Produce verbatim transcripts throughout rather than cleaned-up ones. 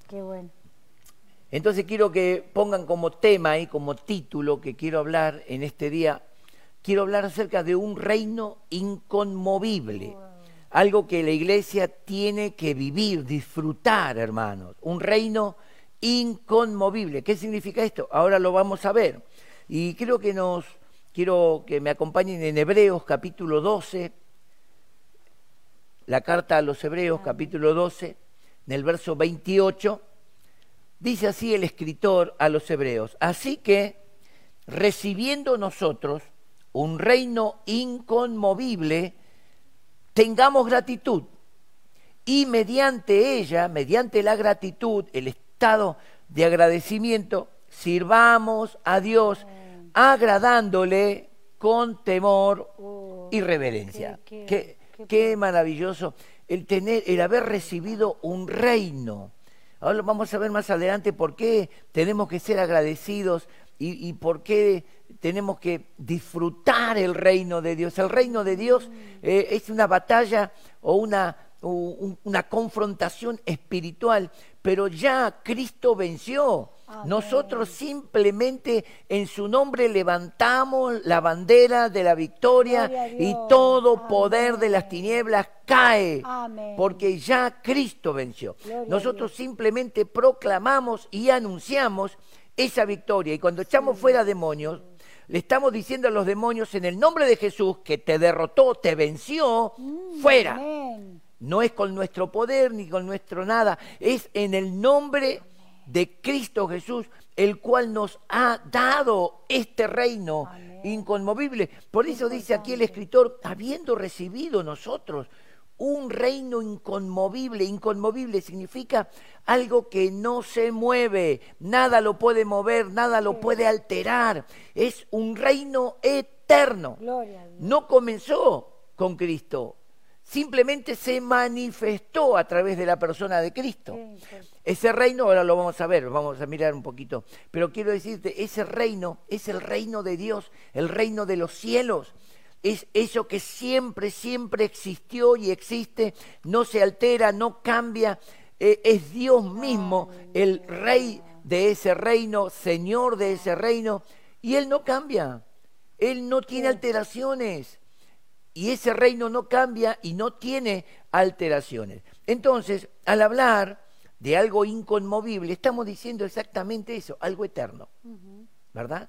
Qué bueno. Entonces quiero que pongan como tema y como título que quiero hablar en este día, quiero hablar acerca de un reino inconmovible. Wow. Algo que la iglesia tiene que vivir, disfrutar, hermanos. Un reino inconmovible. ¿Qué significa esto? Ahora lo vamos a ver. Y creo que nos, quiero que me acompañen en Hebreos capítulo doce, la carta a los Hebreos capítulo doce, en el verso veintiocho. Dice así el escritor a los Hebreos: así que, recibiendo nosotros un reino inconmovible, tengamos gratitud, y mediante ella, mediante la gratitud, el estado de agradecimiento, sirvamos a Dios agradándole con temor y reverencia. Qué, qué, qué, qué maravilloso el tener, el haber recibido un reino. Ahora vamos a ver más adelante por qué tenemos que ser agradecidos y, y por qué tenemos que disfrutar el reino de Dios. El reino de Dios eh, es una batalla o una, o una confrontación espiritual, pero ya Cristo venció. Amén. Nosotros simplemente en su nombre levantamos la bandera de la victoria y todo Amén. Poder de las tinieblas cae. Amén. Porque ya Cristo venció. Gloria Nosotros simplemente proclamamos y anunciamos esa victoria. Y cuando echamos sí. fuera demonios, le estamos diciendo a los demonios en el nombre de Jesús que te derrotó, te venció, mm, fuera. Amén. No es con nuestro poder ni con nuestro nada, es en el nombre de Cristo Jesús, el cual nos ha dado este reino Amén. Inconmovible. Por eso dice aquí el escritor, habiendo recibido nosotros un reino inconmovible. Inconmovible significa algo que no se mueve, nada lo puede mover, nada lo puede alterar. Es un reino eterno. No comenzó con Cristo, simplemente se manifestó a través de la persona de Cristo. Ese reino, ahora lo vamos a ver, vamos a mirar un poquito, pero quiero decirte, ese reino es el reino de Dios, el reino de los cielos. Es eso que siempre, siempre existió y existe, no se altera, no cambia. Eh, es Dios mismo el rey de ese reino, señor de ese reino, y Él no cambia, Él no tiene alteraciones. Y ese reino no cambia y no tiene alteraciones. Entonces, al hablar de algo inconmovible, estamos diciendo exactamente eso, algo eterno, ¿verdad?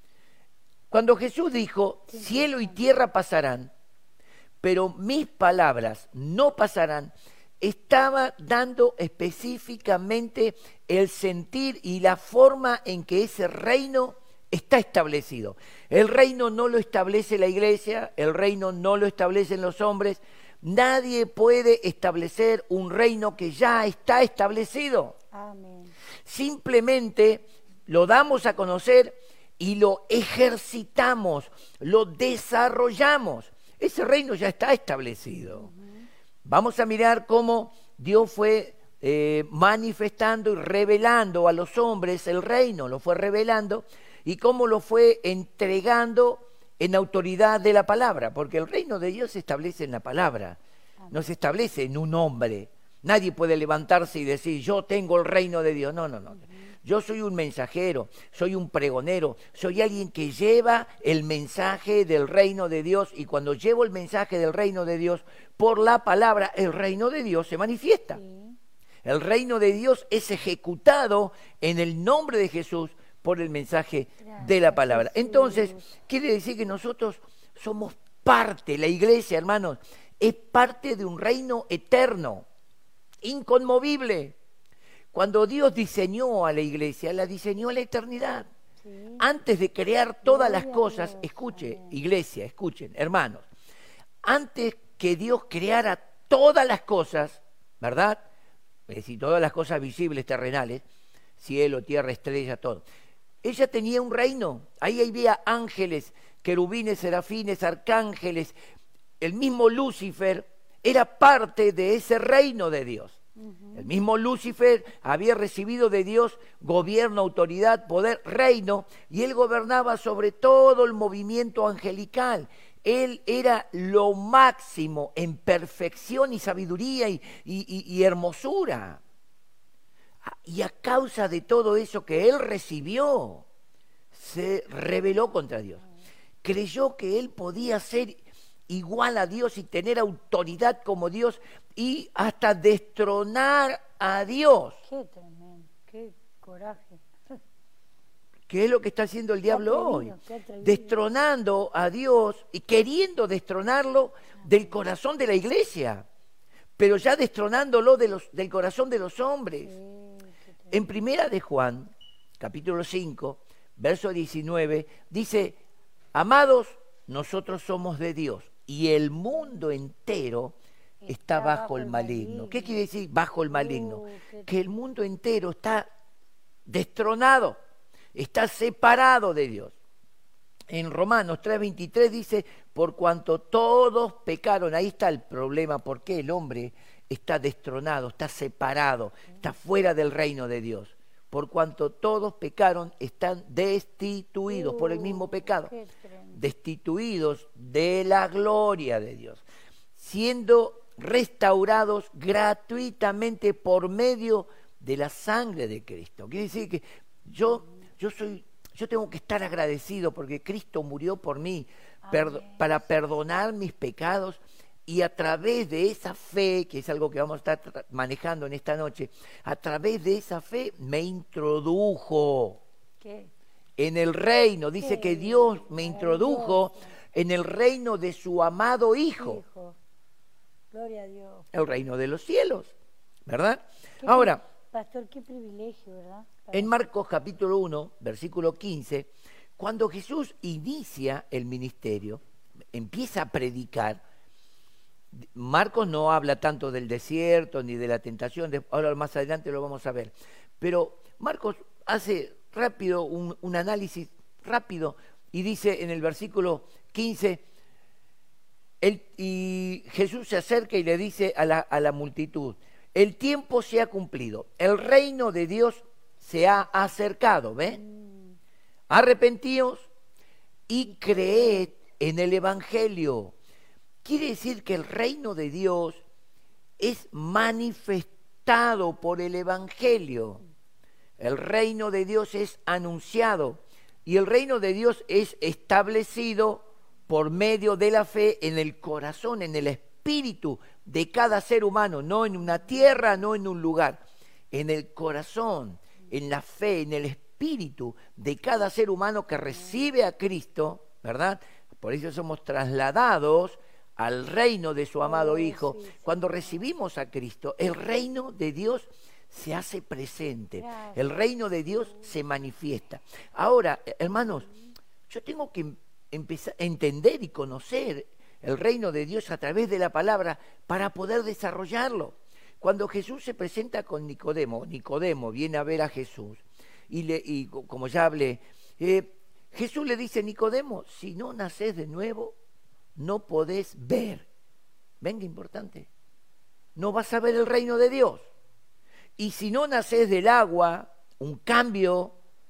Cuando Jesús dijo, cielo y tierra pasarán, pero mis palabras no pasarán, estaba dando específicamente el sentir y la forma en que ese reino está establecido. El reino no lo establece la iglesia, el reino no lo establecen los hombres. Nadie puede establecer un reino que ya está establecido. Amén. Simplemente lo damos a conocer y lo ejercitamos, lo desarrollamos. Ese reino ya está establecido. Uh-huh. Vamos a mirar cómo Dios fue eh, manifestando y revelando a los hombres el reino, lo fue revelando, y cómo lo fue entregando en autoridad de la palabra, porque el reino de Dios se establece en la palabra, no se establece en un hombre. Nadie puede levantarse y decir, yo tengo el reino de Dios. No, no, no. Yo soy un mensajero, soy un pregonero, soy alguien que lleva el mensaje del reino de Dios, y cuando llevo el mensaje del reino de Dios por la palabra, el reino de Dios se manifiesta. Sí. El reino de Dios es ejecutado en el nombre de Jesús por el mensaje Gracias, de la palabra. Jesús. Entonces, quiere decir que nosotros somos parte, la iglesia, hermanos, es parte de un reino eterno, inconmovible. Cuando Dios diseñó a la iglesia, la diseñó a la eternidad. Sí. Antes de crear todas Gloria las cosas, Dios, escuche, amén. Iglesia, escuchen, hermanos, antes que Dios creara todas las cosas, ¿verdad? Es decir, todas las cosas visibles, terrenales, cielo, tierra, estrella, todo. Ella tenía un reino, ahí había ángeles, querubines, serafines, arcángeles. El mismo Lucifer era parte de ese reino de Dios. Uh-huh. El mismo Lucifer había recibido de Dios gobierno, autoridad, poder, reino, y él gobernaba sobre todo el movimiento angelical. Él era lo máximo en perfección y sabiduría y, y, y, y hermosura. y a causa de todo eso que él recibió, se rebeló contra Dios. Creyó que él podía ser igual a Dios y tener autoridad como Dios y hasta destronar a Dios. Qué tremendo, qué coraje. ¿Qué es lo que está haciendo el diablo hoy? Destronando a Dios y queriendo destronarlo del corazón de la iglesia, pero ya destronándolo de los, del corazón de los hombres. En Primera de Juan, capítulo cinco, verso diecinueve, dice: amados, nosotros somos de Dios y el mundo entero está bajo el maligno. ¿Qué quiere decir bajo el maligno? Que el mundo entero está destronado, está separado de Dios. En Romanos tres veintitrés dice: por cuanto todos pecaron. Ahí está el problema, porque el hombre está destronado, está separado, está fuera del reino de Dios. Por cuanto todos pecaron, están destituidos por el mismo pecado, destituidos de la gloria de Dios, siendo restaurados gratuitamente por medio de la sangre de Cristo. Quiere decir que yo, yo soy, yo tengo que estar agradecido porque Cristo murió por mí per, para perdonar mis pecados, y a través de esa fe, que es algo que vamos a estar manejando en esta noche, a través de esa fe me introdujo ¿Qué? en el reino. Dice ¿Qué? que Dios me introdujo en el reino de su amado Hijo. Hijo. Gloria a Dios. El reino de los cielos, ¿verdad? Ahora, pastor, qué privilegio, ¿verdad? En Marcos capítulo uno, versículo quince, cuando Jesús inicia el ministerio, empieza a predicar. Marcos no habla tanto del desierto ni de la tentación, ahora más adelante lo vamos a ver, pero Marcos hace rápido un, un análisis rápido y dice en el versículo quince, él, y Jesús se acerca y le dice a la, a la multitud: el tiempo se ha cumplido, el reino de Dios se ha acercado, ¿ve? Arrepentíos y creed en el Evangelio. Quiere decir que el reino de Dios es manifestado por el Evangelio. El reino de Dios es anunciado y el reino de Dios es establecido por medio de la fe en el corazón, en el espíritu de cada ser humano, no en una tierra, no en un lugar, en el corazón, en la fe, en el espíritu de cada ser humano que recibe a Cristo, ¿verdad? Por eso somos trasladados al reino de su amado oh, Hijo. Sí, sí. Cuando recibimos a Cristo, el reino de Dios se hace presente. Gracias. El reino de Dios se manifiesta. Ahora, hermanos, yo tengo que empezar a entender y conocer el reino de Dios a través de la palabra para poder desarrollarlo. Cuando Jesús se presenta con Nicodemo, Nicodemo viene a ver a Jesús y, le, y como ya hablé, eh, Jesús le dice: Nicodemo, si no nacés de nuevo, no podés ver. Venga, importante. No vas a ver el reino de Dios. Y si no nacés del agua, un cambio,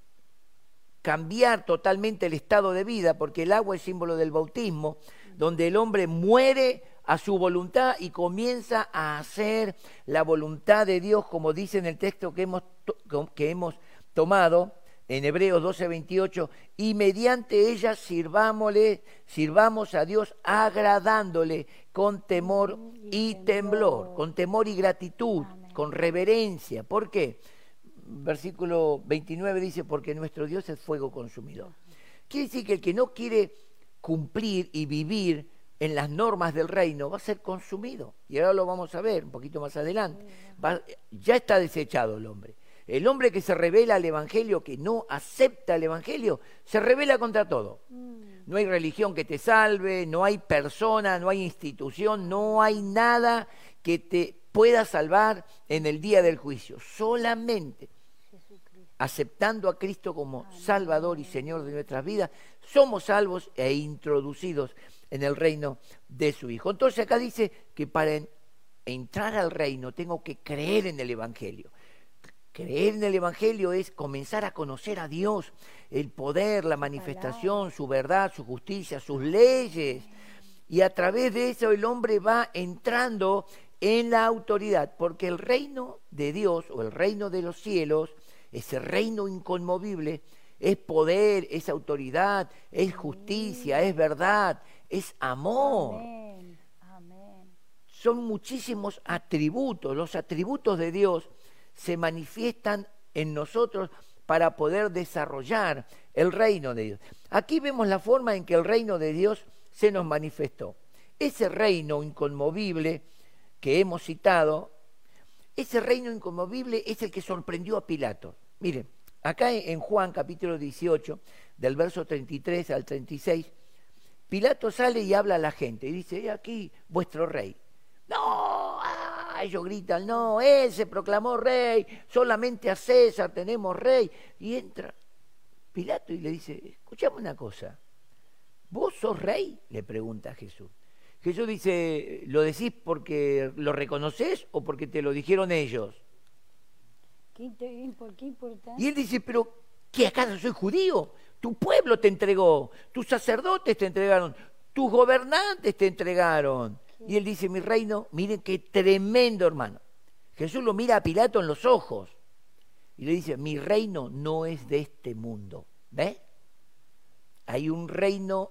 cambiar totalmente el estado de vida, porque el agua es símbolo del bautismo, donde el hombre muere a su voluntad y comienza a hacer la voluntad de Dios, como dice en el texto que hemos, que hemos tomado, en Hebreos doce veintiocho, y mediante ella sirvámosle, sirvamos a Dios agradándole con temor y temblor, con temor y gratitud, Amén. Con reverencia. ¿Por qué? Versículo veintinueve dice: porque nuestro Dios es fuego consumidor. Quiere decir que el que no quiere cumplir y vivir en las normas del reino va a ser consumido. Y ahora lo vamos a ver un poquito más adelante. Va, ya está desechado el hombre. El hombre que se revela al Evangelio, que no acepta el Evangelio, se revela contra todo. No hay religión que te salve, no hay persona, no hay institución, no hay nada que te pueda salvar en el día del juicio. Solamente aceptando a Cristo como Salvador y Señor de nuestras vidas, somos salvos e introducidos en el reino de su Hijo. Entonces acá dice que para entrar al reino tengo que creer en el Evangelio. Creer en el Evangelio es comenzar a conocer a Dios, el poder, la manifestación, su verdad, su justicia, sus leyes. Y a través de eso el hombre va entrando en la autoridad, porque el reino de Dios o el reino de los cielos, ese reino inconmovible, es poder, es autoridad, es justicia, es verdad, es amor. Amén. Amén. Son muchísimos atributos. Los atributos de Dios se manifiestan en nosotros para poder desarrollar el reino de Dios. Aquí vemos la forma en que el reino de Dios se nos manifestó. Ese reino inconmovible que hemos citado, ese reino inconmovible es el que sorprendió a Pilato. Miren, acá en Juan capítulo dieciocho, del verso treinta y tres al treinta y seis, Pilato sale y habla a la gente y dice, he aquí vuestro rey. No, ah, ellos gritan, no, él se proclamó rey, solamente a César tenemos rey. Y entra Pilato y le dice, escuchame una cosa, ¿vos sos rey? Le pregunta a Jesús. Jesús dice, ¿lo decís porque lo reconoces o porque te lo dijeron ellos? ¿Qué, inter- qué importante? Y él dice, pero ¿qué acaso soy judío? Tu pueblo te entregó, tus sacerdotes te entregaron, tus gobernantes te entregaron. Y él dice, mi reino, miren qué tremendo, hermano. Jesús lo mira a Pilato en los ojos y le dice, mi reino no es de este mundo. ¿Ves? Hay un reino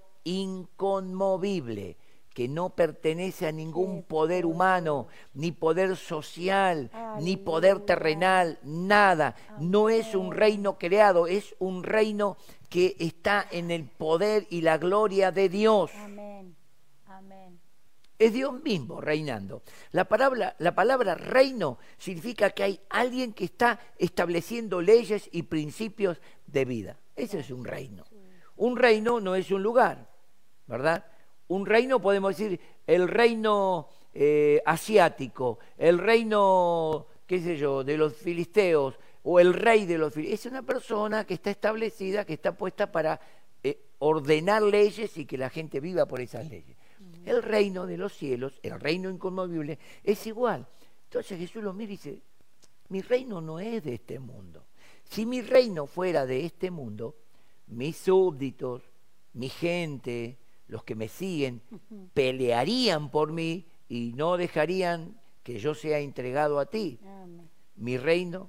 inconmovible que no pertenece a ningún poder humano, ni poder social, ni poder terrenal, nada. No es un reino creado, es un reino que está en el poder y la gloria de Dios. Amén. Amén. Es Dios mismo reinando. La palabra, la palabra reino significa que hay alguien que está estableciendo leyes y principios de vida. Ese es un reino. Un reino no es un lugar, ¿verdad? Un reino, podemos decir, el reino eh, asiático, el reino, qué sé yo, de los filisteos, o el rey de los filisteos. Es una persona que está establecida, que está puesta para eh, ordenar leyes y que la gente viva por esas leyes. Uh-huh. El reino de los cielos, el reino inconmovible, es igual. Entonces Jesús lo mira y dice, mi reino no es de este mundo. Si mi reino fuera de este mundo, mis súbditos, mi gente, los que me siguen, pelearían por mí y no dejarían que yo sea entregado a ti. Amén. Mi reino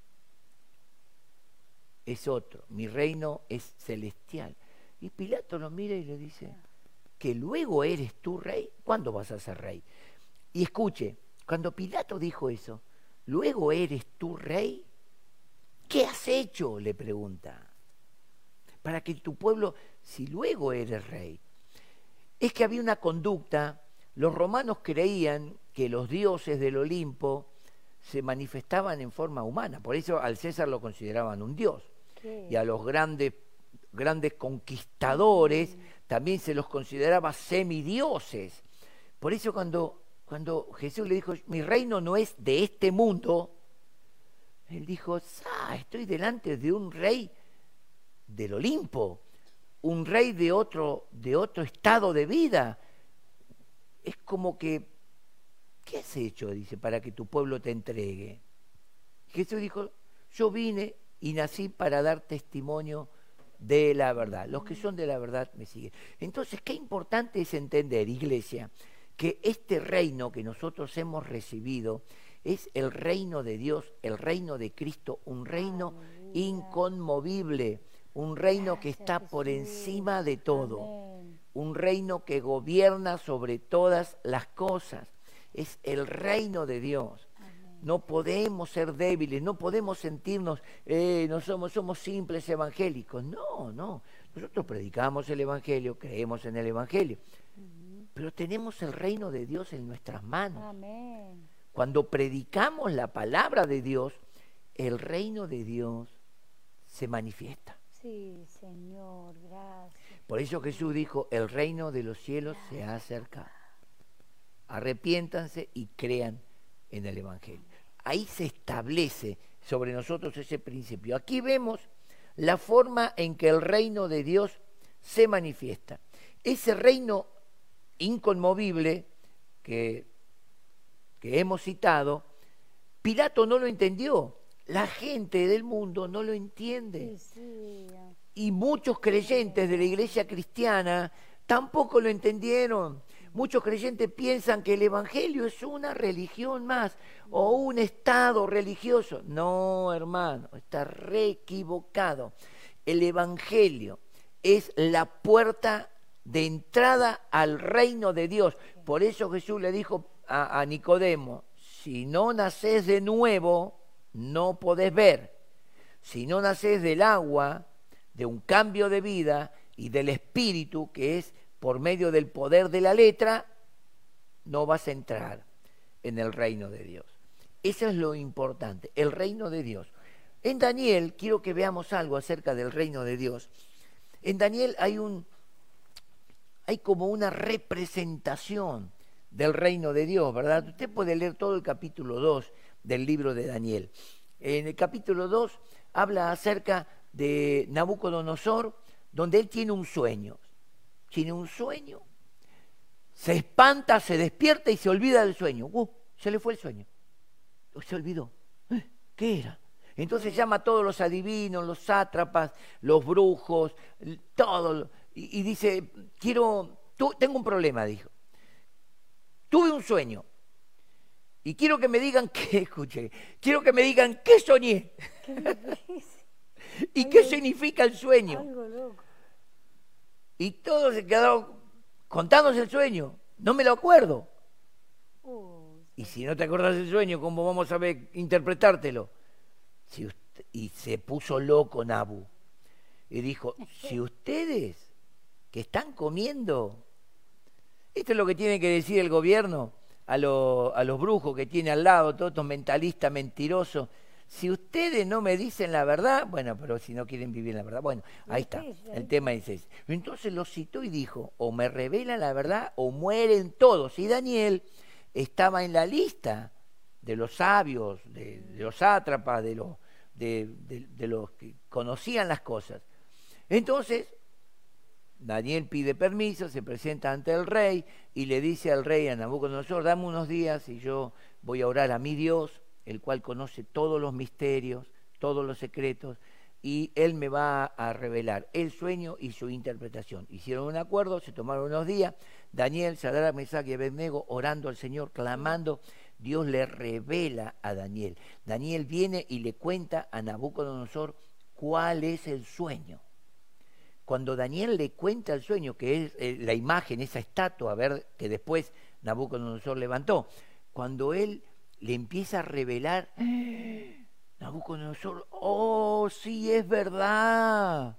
es otro, mi reino es celestial. Y Pilato lo mira y le dice, ¿que luego eres tú rey? ¿Cuándo vas a ser rey? Y escuche, cuando Pilato dijo eso, ¿luego eres tú rey? ¿Qué has hecho? Le pregunta. Para que tu pueblo, si luego eres rey. Es que había una conducta, los romanos creían que los dioses del Olimpo se manifestaban en forma humana, por eso al César lo consideraban un dios. ¿Qué? Y a los grandes, grandes conquistadores mm. también se los consideraba semidioses. Por eso cuando, cuando Jesús le dijo, mi reino no es de este mundo, él dijo, ah, estoy delante de un rey del Olimpo, un rey de otro, de otro estado de vida. Es como que, ¿qué has hecho? Dice, para que tu pueblo te entregue. Jesús dijo, yo vine y nací para dar testimonio de la verdad. Los que son de la verdad me siguen. Entonces, qué importante es entender, iglesia, que este reino que nosotros hemos recibido es el reino de Dios, el reino de Cristo, un reino inconmovible, un reino que está por encima de todo, un reino que gobierna sobre todas las cosas. Es el reino de Dios. No podemos ser débiles, no podemos sentirnos, eh, no somos, somos simples evangélicos. No, no. Nosotros predicamos el evangelio, creemos en el evangelio, pero tenemos el reino de Dios en nuestras manos. Amén. Cuando predicamos la palabra de Dios, el reino de Dios se manifiesta. Sí, Señor, gracias. Por eso Jesús dijo, el reino de los cielos se ha acercado. Arrepiéntanse y crean en el evangelio. Ahí se establece sobre nosotros ese principio. Aquí vemos la forma en que el reino de Dios se manifiesta. Ese reino inconmovible que, que hemos citado, Pilato no lo entendió. La gente del mundo no lo entiende. Sí, sí. Y muchos creyentes de la iglesia cristiana tampoco lo entendieron, Muchos creyentes piensan que el Evangelio es una religión más o un estado religioso. No, hermano, está re equivocado. El Evangelio es la puerta de entrada al reino de Dios. Por eso Jesús le dijo a, a Nicodemo, si no nacés de nuevo, no podés ver. Si no nacés del agua, de un cambio de vida y del espíritu, que es por medio del poder de la letra, no vas a entrar en el reino de Dios. Eso es lo importante, el reino de Dios. En Daniel, quiero que veamos algo acerca del reino de Dios. En Daniel hay un, hay como una representación del reino de Dios, ¿verdad? Usted puede leer todo el capítulo dos del libro de Daniel. En el capítulo dos habla acerca de Nabucodonosor, donde él tiene un sueño. Tiene un sueño, se espanta, se despierta y se olvida del sueño. Uh, se le fue el sueño. Se olvidó. ¿Eh? ¿Qué era? Entonces llama a todos los adivinos, los sátrapas, los brujos, todo. Y, y dice, quiero, tú, tengo un problema, dijo. Tuve un sueño. Y quiero que me digan qué escuché. Quiero que me digan qué soñé. Qué ¿Y algo, qué significa el sueño? Algo loco. Y todos se quedaron contándose el sueño. No me lo acuerdo. Uh, Y si no te acordás del sueño, ¿cómo vamos a ver, interpretártelo? Si usted, y se puso loco Nabu. Y dijo, si ustedes que están comiendo, esto es lo que tiene que decir el gobierno a, lo, a los brujos que tiene al lado, todos estos mentalistas mentirosos. Si ustedes no me dicen la verdad, bueno, pero si no quieren vivir la verdad, bueno, ahí está, el tema es ese. Entonces lo citó y dijo, o me revelan la verdad o mueren todos. Y Daniel estaba en la lista de los sabios, de, de los sátrapas, de los, de, de, de los que conocían las cosas. Entonces, Daniel pide permiso, se presenta ante el rey y le dice al rey, a Nabucodonosor, dame unos días y yo voy a orar a mi Dios, el cual conoce todos los misterios, todos los secretos, y él me va a revelar el sueño y su interpretación. Hicieron un acuerdo, se tomaron unos días, Daniel, Sadrach, Mesach y Abednego orando al Señor, clamando, Dios le revela a Daniel. Daniel viene y le cuenta a Nabucodonosor cuál es el sueño. Cuando Daniel le cuenta el sueño, que es eh, la imagen, esa estatua, a ver, que después Nabucodonosor levantó, cuando él le empieza a revelar, Nabucodonosor, oh, sí, es verdad.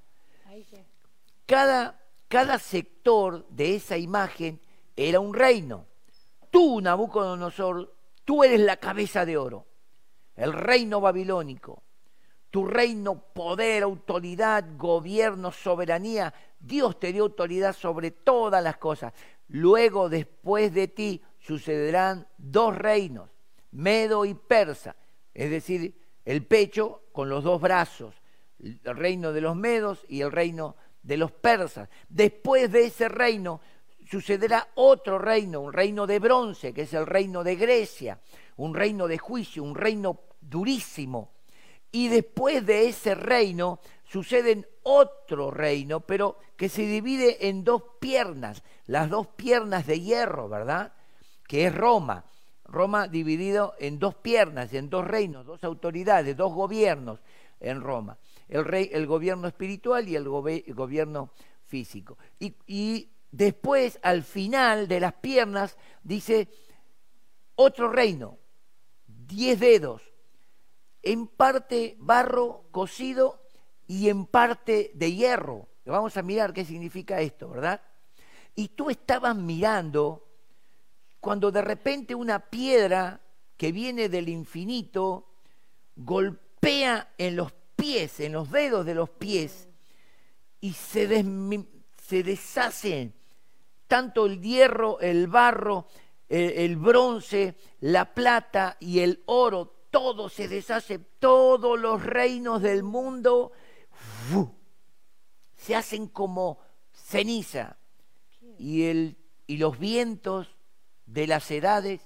Cada, cada sector de esa imagen era un reino. Tú, Nabucodonosor, tú eres la cabeza de oro, el reino babilónico. Tu reino, poder, autoridad, gobierno, soberanía, Dios te dio autoridad sobre todas las cosas. Luego, después de ti, sucederán dos reinos, Medo y Persa, es decir, el pecho con los dos brazos, el reino de los medos y el reino de los persas. Después de ese reino sucederá otro reino, un reino de bronce, que es el reino de Grecia, un reino de juicio, un reino durísimo. Y después de ese reino sucede otro reino, pero que se divide en dos piernas, las dos piernas de hierro, ¿verdad? Que es Roma. Roma dividido en dos piernas, en dos reinos, dos autoridades, dos gobiernos en Roma. El, rey, el gobierno espiritual y el, gobe, el gobierno físico. Y, y después, al final de las piernas, dice otro reino, diez dedos, en parte barro cocido y en parte de hierro. Vamos a mirar qué significa esto, ¿verdad? Y tú estabas mirando cuando de repente una piedra que viene del infinito golpea en los pies, en los dedos de los pies, y se, des, se deshace tanto el hierro, el barro, el, el bronce, la plata y el oro, todo se deshace, todos los reinos del mundo ¡fu! Se hacen como ceniza, y, el, y los vientos de las edades,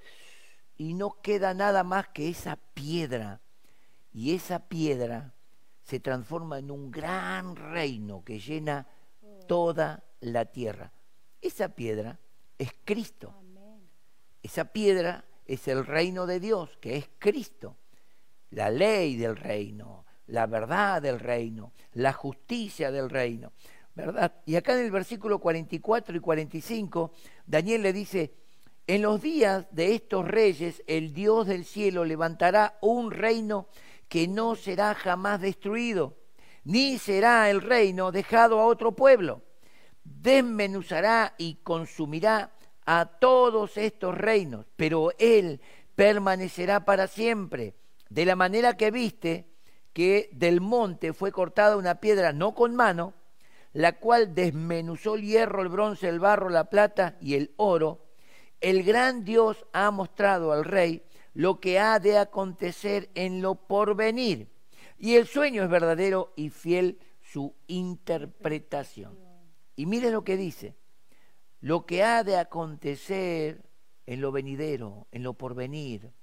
y no queda nada más que esa piedra, y esa piedra se transforma en un gran reino que llena toda la tierra. Esa piedra es Cristo. Amén. Esa piedra es el reino de Dios, que es Cristo. La ley del reino, la verdad del reino, la justicia del reino, ¿verdad? Y acá en el versículo cuarenta y cuatro y cuarenta y cinco, Daniel le dice: en los días de estos reyes, el Dios del cielo levantará un reino que no será jamás destruido, ni será el reino dejado a otro pueblo. Desmenuzará y consumirá a todos estos reinos, pero él permanecerá para siempre. De la manera que viste que del monte fue cortada una piedra no con mano, la cual desmenuzó el hierro, el bronce, el barro, la plata y el oro, el gran Dios ha mostrado al rey lo que ha de acontecer en lo porvenir, y el sueño es verdadero y fiel su interpretación. Y mire lo que dice: lo que ha de acontecer en lo venidero, en lo porvenir.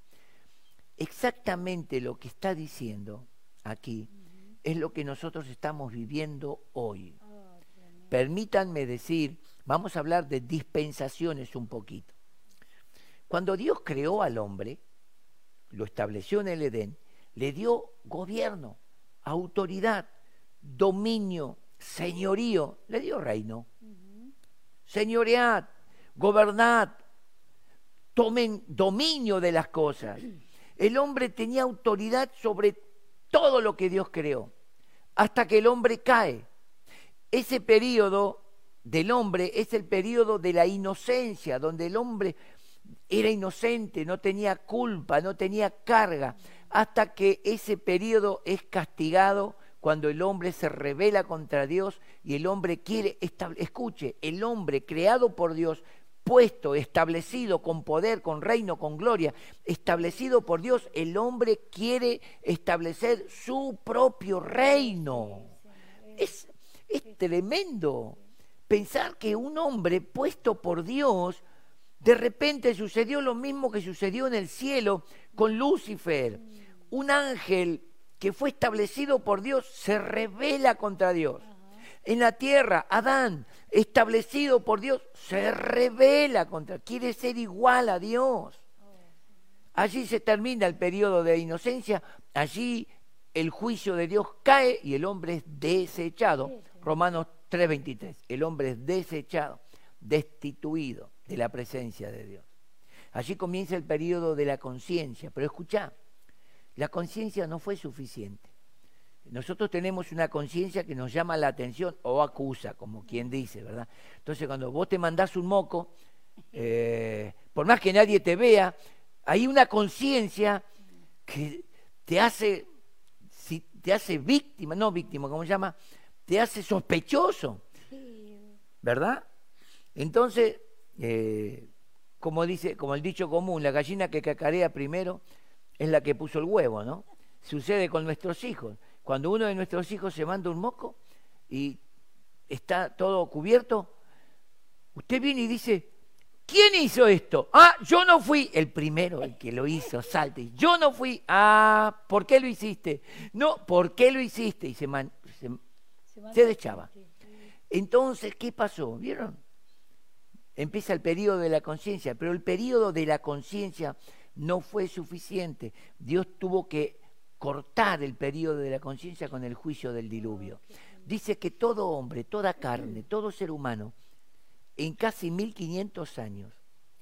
Exactamente lo que está diciendo aquí uh-huh. es lo que nosotros estamos viviendo hoy. Oh, permítanme decir, vamos a hablar de dispensaciones un poquito. Cuando Dios creó al hombre, lo estableció en el Edén, le dio gobierno, autoridad, dominio, señorío, le dio reino. Uh-huh. Señoread, gobernad, tomen dominio de las cosas. El hombre tenía autoridad sobre todo lo que Dios creó, hasta que el hombre cae. Ese periodo del hombre es el periodo de la inocencia, donde el hombre era inocente, no tenía culpa, no tenía carga, hasta que ese periodo es castigado cuando el hombre se rebela contra Dios y el hombre quiere, estable, escuche, el hombre creado por Dios, puesto, establecido con poder, con reino, con gloria, establecido por Dios, el hombre quiere establecer su propio reino. Es, es tremendo pensar que un hombre puesto por Dios, de repente sucedió lo mismo que sucedió en el cielo con Lucifer. Un ángel que fue establecido por Dios se rebela contra Dios. En la tierra, Adán, establecido por Dios, se rebela contra, quiere ser igual a Dios. Allí se termina el periodo de inocencia, allí el juicio de Dios cae y el hombre es desechado. Romanos tres veintitrés, el hombre es desechado, destituido de la presencia de Dios. Allí comienza el periodo de la conciencia, pero escuchá, la conciencia no fue suficiente. Nosotros tenemos una conciencia que nos llama la atención o acusa, como quien dice, ¿verdad? Entonces, cuando vos te mandás un moco, eh, por más que nadie te vea, hay una conciencia que te hace, si, te hace víctima, no víctima, ¿cómo se llama? Te hace sospechoso, ¿verdad? Entonces, eh, como dice, como el dicho común, la gallina que cacarea primero es la que puso el huevo, ¿no? Sucede con nuestros hijos. Cuando uno de nuestros hijos se manda un moco y está todo cubierto, usted viene y dice: ¿quién hizo esto? Ah, yo no fui. El primero, el que lo hizo, salta y yo no fui. Ah, ¿por qué lo hiciste? No, ¿por qué lo hiciste? Y se, man, se, se, se deschaba. Entonces, ¿qué pasó? ¿Vieron? Empieza el periodo de la conciencia, pero el periodo de la conciencia no fue suficiente. Dios tuvo que cortar el periodo de la conciencia con el juicio del diluvio. Dice que todo hombre, toda carne, todo ser humano, en casi mil quinientos años,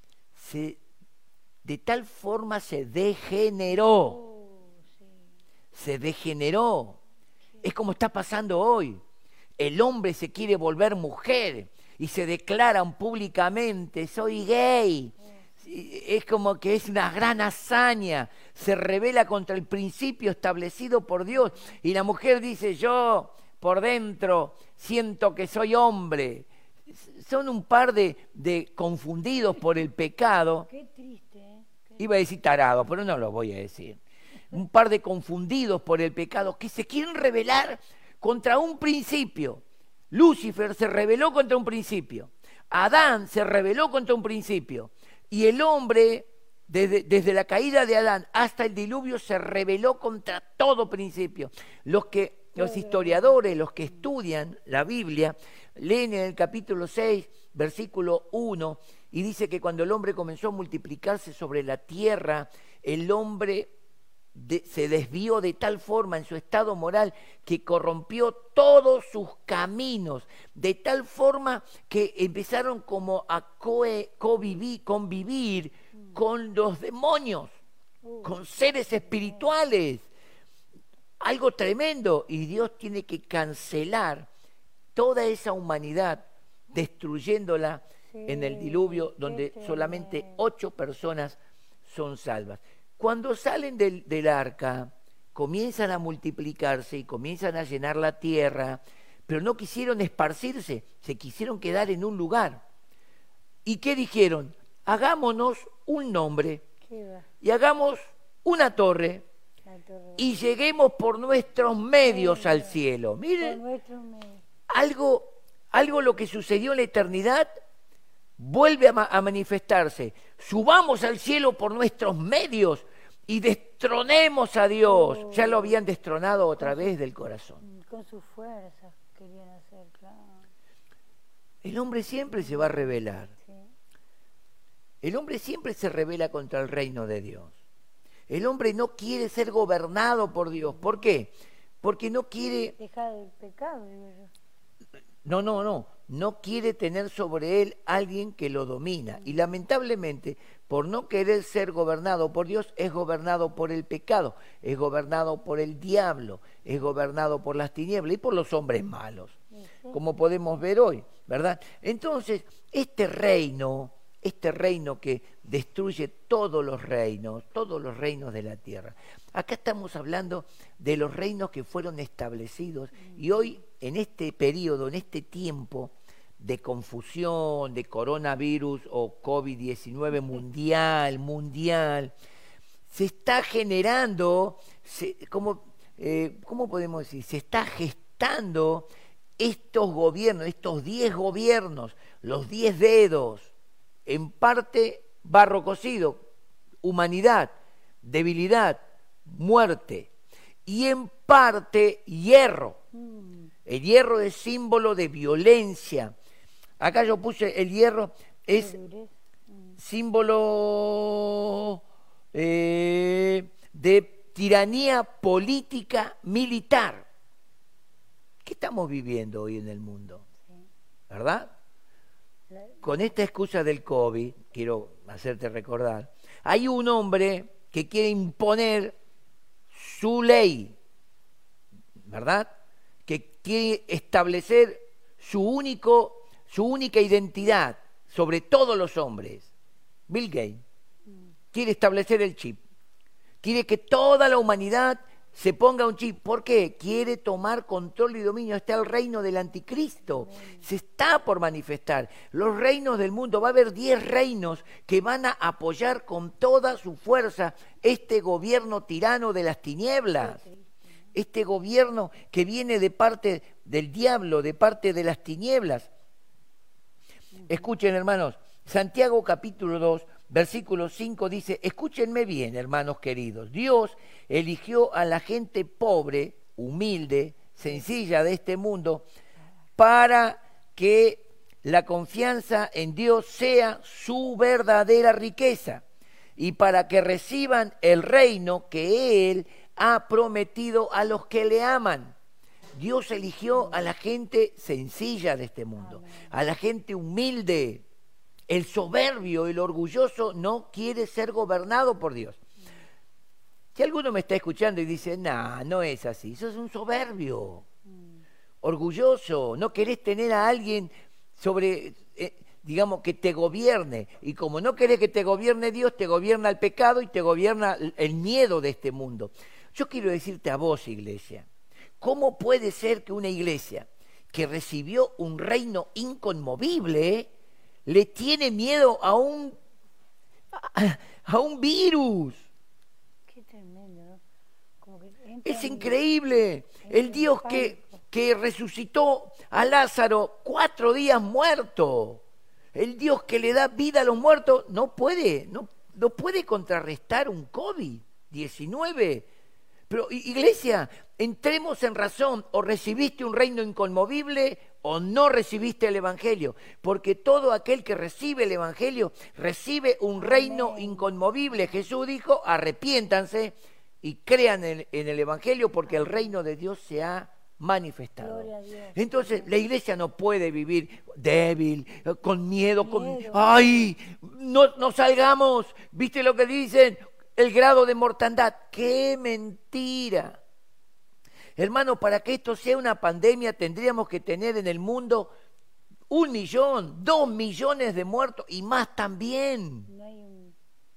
se, de tal forma se degeneró. Se degeneró. Es como está pasando hoy. El hombre se quiere volver mujer y se declaran públicamente: soy gay. Es como que es una gran hazaña, se rebela contra el principio establecido por Dios y la mujer dice: yo por dentro siento que soy hombre. Son un par de, de confundidos por el pecado. Qué triste, ¿eh? Qué... Iba a decir tarados, pero no lo voy a decir. Un par de confundidos por el pecado que se quieren rebelar contra un principio. Lucifer se rebeló contra un principio. Adán se rebeló contra un principio. Y el hombre, desde, desde la caída de Adán hasta el diluvio, se rebeló contra todo principio. Los que, los historiadores, los que estudian la Biblia, leen en el capítulo seis, versículo uno, Y dice que cuando el hombre comenzó a multiplicarse sobre la tierra, el hombre de, se desvió de tal forma en su estado moral que corrompió todos sus caminos, de tal forma que empezaron como a coe, convivir, convivir mm. con los demonios, uh. con seres espirituales. Algo tremendo. Y Dios tiene que cancelar toda esa humanidad, destruyéndola sí, en el diluvio, donde solamente ocho personas son salvas. Cuando salen del, del arca, comienzan a multiplicarse y comienzan a llenar la tierra, pero no quisieron esparcirse, se quisieron quedar en un lugar. ¿Y qué dijeron? Hagámonos un nombre y hagamos una torre y lleguemos por nuestros medios al cielo. Miren, algo, algo lo que sucedió en la eternidad vuelve a, ma a manifestarse. Subamos al cielo por nuestros medios y destronemos a Dios. Oh, ya lo habían destronado otra vez su, del corazón. Con sus fuerzas querían hacer, claro. El hombre siempre se va a rebelar. Sí. El hombre siempre se rebela contra el reino de Dios. El hombre no quiere ser gobernado por Dios. ¿Por qué? Porque no quiere... Dejar el pecado, digo yo. No, no, no. No quiere tener sobre él alguien que lo domina. Y lamentablemente, por no querer ser gobernado por Dios, es gobernado por el pecado, es gobernado por el diablo, es gobernado por las tinieblas y por los hombres malos, como podemos ver hoy, ¿verdad? Entonces, este reino, este reino que destruye todos los reinos, todos los reinos de la tierra. Acá estamos hablando de los reinos que fueron establecidos y hoy, en este periodo, en este tiempo de confusión, de coronavirus o COVID diecinueve mundial, mundial, se está generando, se, ¿cómo, eh, ¿cómo podemos decir? Se está gestando estos gobiernos, estos diez gobiernos, los diez dedos, en parte barro cocido, humanidad, debilidad, muerte, y en parte hierro. El hierro es símbolo de violencia. Acá yo puse el hierro, es símbolo eh, de tiranía política militar. ¿Qué estamos viviendo hoy en el mundo? ¿Verdad? Con esta excusa del COVID, quiero hacerte recordar, hay un hombre que quiere imponer su ley, ¿verdad? Que quiere establecer su, único, su única identidad sobre todos los hombres. Bill Gates quiere establecer el chip. Quiere que toda la humanidad se ponga un chip. ¿Por qué? Quiere tomar control y dominio. Está el reino del anticristo. Se está por manifestar. Los reinos del mundo, va a haber diez reinos que van a apoyar con toda su fuerza este gobierno tirano de las tinieblas. Este gobierno que viene de parte del diablo, de parte de las tinieblas. Escuchen, hermanos, Santiago capítulo dos, versículo cinco dice, escúchenme bien, hermanos queridos, Dios eligió a la gente pobre, humilde, sencilla de este mundo, para que la confianza en Dios sea su verdadera riqueza y para que reciban el reino que Él ha prometido a los que le aman. Dios eligió a la gente sencilla de este mundo, a la gente humilde. El soberbio, el orgulloso no quiere ser gobernado por Dios. Si alguno me está escuchando y dice, no, no es así, sos un soberbio, orgulloso, no querés tener a alguien sobre, eh, digamos, que te gobierne. Y como no querés que te gobierne Dios, te gobierna el pecado y te gobierna el miedo de este mundo. Yo quiero decirte a vos, iglesia, ¿cómo puede ser que una iglesia que recibió un reino inconmovible le tiene miedo a un, a, a un virus? Qué tremendo, ¿no? Como que es increíble. El Dios que, que resucitó a Lázaro cuatro días muerto, el Dios que le da vida a los muertos, no puede, no, no puede contrarrestar un COVID diecinueve. Pero, iglesia, entremos en razón, o recibiste un reino inconmovible o no recibiste el Evangelio, porque todo aquel que recibe el Evangelio recibe un reino Amén. inconmovible. Jesús dijo, arrepiéntanse y crean en, en el Evangelio porque el reino de Dios se ha manifestado. Gloria a Dios. Entonces, la iglesia no puede vivir débil, con miedo, con Miedo. ¡ay! No, no salgamos. ¿Viste lo que dicen? El grado de mortandad. ¡Qué mentira! Hermano, para que esto sea una pandemia tendríamos que tener en el mundo un millón, dos millones de muertos y más también. No hay un,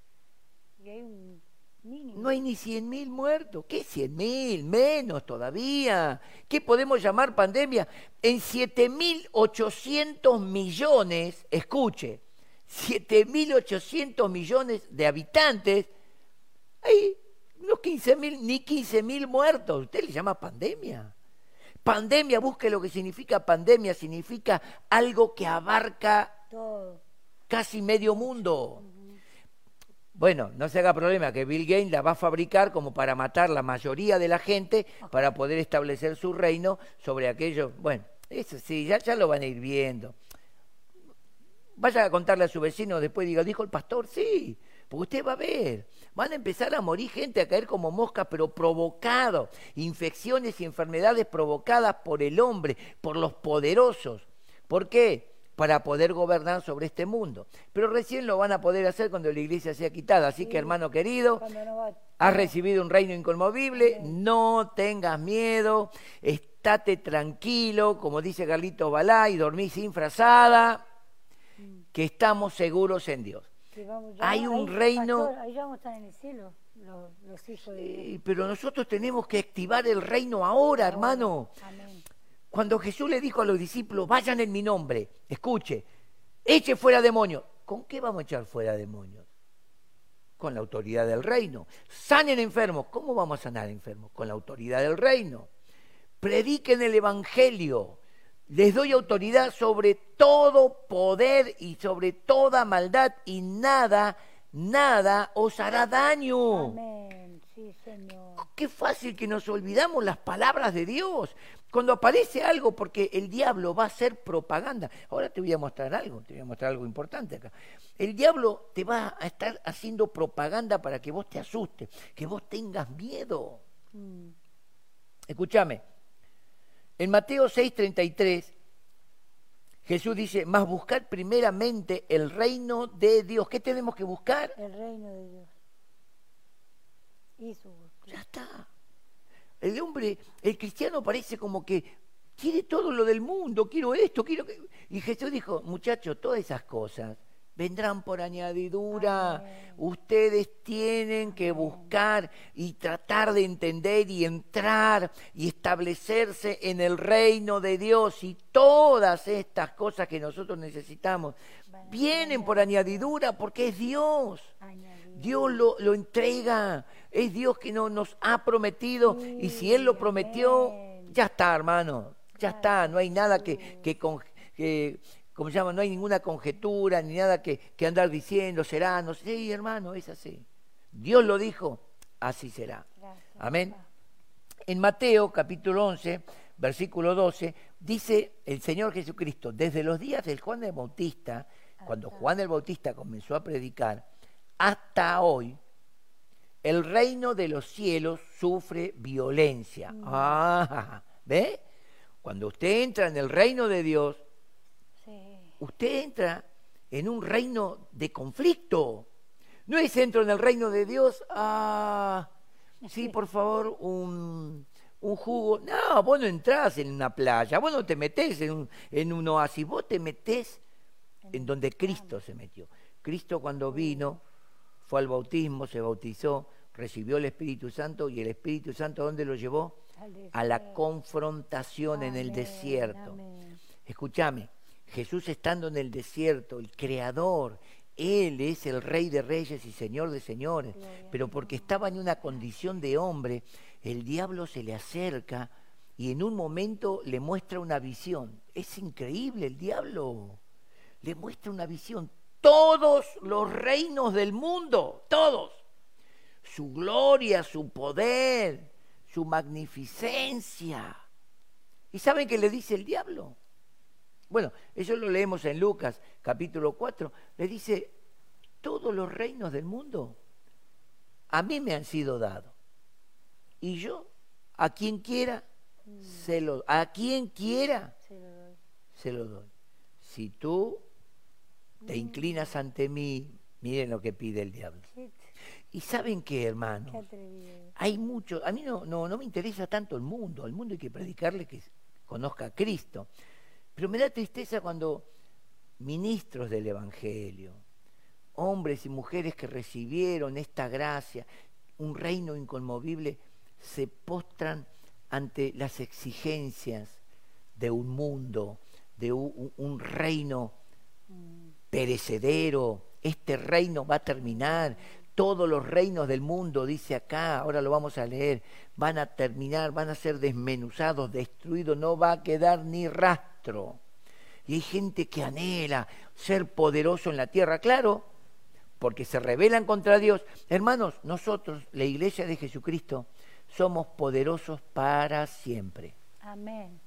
y hay un mínimo. No hay ni cien mil muertos. ¿Qué cien mil? Menos todavía. ¿Qué podemos llamar pandemia? En siete mil ochocientos millones, escuche, siete mil ochocientos millones de habitantes, hay unos quince mil, ni quince mil muertos. ¿Usted le llama pandemia? Pandemia, busque lo que significa pandemia. Significa algo que abarca Todo. casi medio mundo. Bueno, no se haga problema que Bill Gates la va a fabricar como para matar la mayoría de la gente para poder establecer su reino sobre aquello. Bueno, eso sí, ya, ya lo van a ir viendo. Vaya a contarle a su vecino, después diga, dijo el pastor, sí, porque usted va a ver. Van a empezar a morir gente, a caer como moscas, pero provocado. Infecciones y enfermedades provocadas por el hombre, por los poderosos. ¿Por qué? Para poder gobernar sobre este mundo. Pero recién lo van a poder hacer cuando la iglesia sea quitada. Así que, hermano querido, Cuando no va- has recibido un reino inconmovible, no tengas miedo, estate tranquilo, como dice Carlitos Balá, y dormí sin frazada, que estamos seguros en Dios. que vamos ya- Hay un ahí, reino- pastor, ahí ya vamos a estar en el cielo, los, los hijos de Dios. Sí, pero nosotros tenemos que activar el reino ahora, hermano. Amén. Cuando Jesús le dijo a los discípulos, vayan en mi nombre, escuche, eche fuera demonios. ¿Con qué vamos a echar fuera demonios? Con la autoridad del reino. Sanen enfermos. ¿Cómo vamos a sanar enfermos? Con la autoridad del reino. Prediquen el evangelio. Les doy autoridad sobre todo poder y sobre toda maldad y nada, nada os hará daño. Amén. Sí, Señor. Qué fácil que nos olvidamos las palabras de Dios. Cuando aparece algo, porque el diablo va a hacer propaganda. Ahora te voy a mostrar algo, te voy a mostrar algo importante acá. El diablo te va a estar haciendo propaganda para que vos te asustes, que vos tengas miedo. Mm. Escúchame, en Mateo seis treinta y tres, Jesús dice, mas buscad primeramente el reino de Dios. ¿Qué tenemos que buscar? El reino de Dios. Y su justicia. Ya está. El hombre, el cristiano parece como que quiere todo lo del mundo, quiero esto, quiero que... Y Jesús dijo, muchachos, todas esas cosas vendrán por añadidura. Amén. Ustedes tienen que buscar y tratar de entender y entrar y establecerse en el reino de Dios. Y todas estas cosas que nosotros necesitamos Van a vienen ser por añadidura porque es Dios. añadido. Dios lo, lo entrega, es Dios que no, nos ha prometido Sí, y si Él lo prometió, amén. ya está, hermano, ya Ay, está, no hay nada que, Jesús. que, con- que ¿cómo se llama? No hay ninguna conjetura ni nada que, que andar diciendo, será, no sé, sí, hermano, es así. Dios lo dijo, así será. Gracias, Amén. papá. En Mateo capítulo once, versículo doce, dice el Señor Jesucristo, desde los días del Juan el Bautista, cuando Hasta- Juan el Bautista comenzó a predicar, hasta hoy, el reino de los cielos sufre violencia. Ah, ¿ve? Cuando usted entra en el reino de Dios, Sí. usted entra en un reino de conflicto. No es entro en el reino de Dios, ah, sí, por favor, un, un jugo. No, vos no entrás en una playa, vos no te metés en un, en un oasis, vos te metés en donde Cristo se metió. Cristo cuando vino, fue al bautismo, se bautizó, recibió el Espíritu Santo y el Espíritu Santo, ¿dónde lo llevó? Al A la desierto. confrontación en el Amén, desierto. amén. Escúchame, Jesús estando en el desierto, el Creador, Él es el Rey de Reyes y Señor de Señores, Gloria a pero porque estaba en una condición de hombre, el diablo se le acerca y en un momento le muestra una visión. Es increíble el diablo, le muestra una visión. Todos los reinos del mundo, todos, su gloria, su poder, su magnificencia. ¿Y saben qué le dice el diablo? Bueno, eso lo leemos en Lucas capítulo cuatro. Le dice, todos los reinos del mundo a mí me han sido dados. Y yo, a quien quiera, mm. se lo, a quien quiera, se lo doy. Se lo doy. Si tú te mm. inclinas ante mí, miren lo que pide el diablo. ¿Qué? Y ¿saben qué, hermanos? Qué hay mucho, a mí no, no, no me interesa tanto el mundo, al mundo hay que predicarle que conozca a Cristo. Pero me da tristeza cuando ministros del Evangelio, hombres y mujeres que recibieron esta gracia, un reino inconmovible, se postran ante las exigencias de un mundo, de un, un reino perecedero. Este reino va a terminar. Todos los reinos del mundo, dice acá, ahora lo vamos a leer, van a terminar, van a ser desmenuzados, destruidos, no va a quedar ni rastro. Y hay gente que anhela ser poderoso en la tierra, claro, porque se rebelan contra Dios. Hermanos, nosotros, la Iglesia de Jesucristo, somos poderosos para siempre. Amén.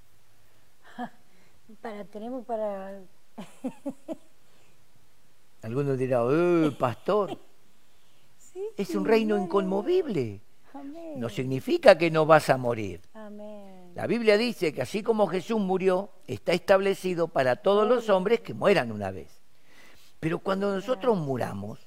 Para, tenemos para... Algunos dirán, ¡eh, pastor! Sí, es sí, un reino amén. Inconmovible. Amén. No significa que no vas a morir. Amén. La Biblia dice que así como Jesús murió, está establecido para todos los hombres que mueran una vez. Pero cuando nosotros muramos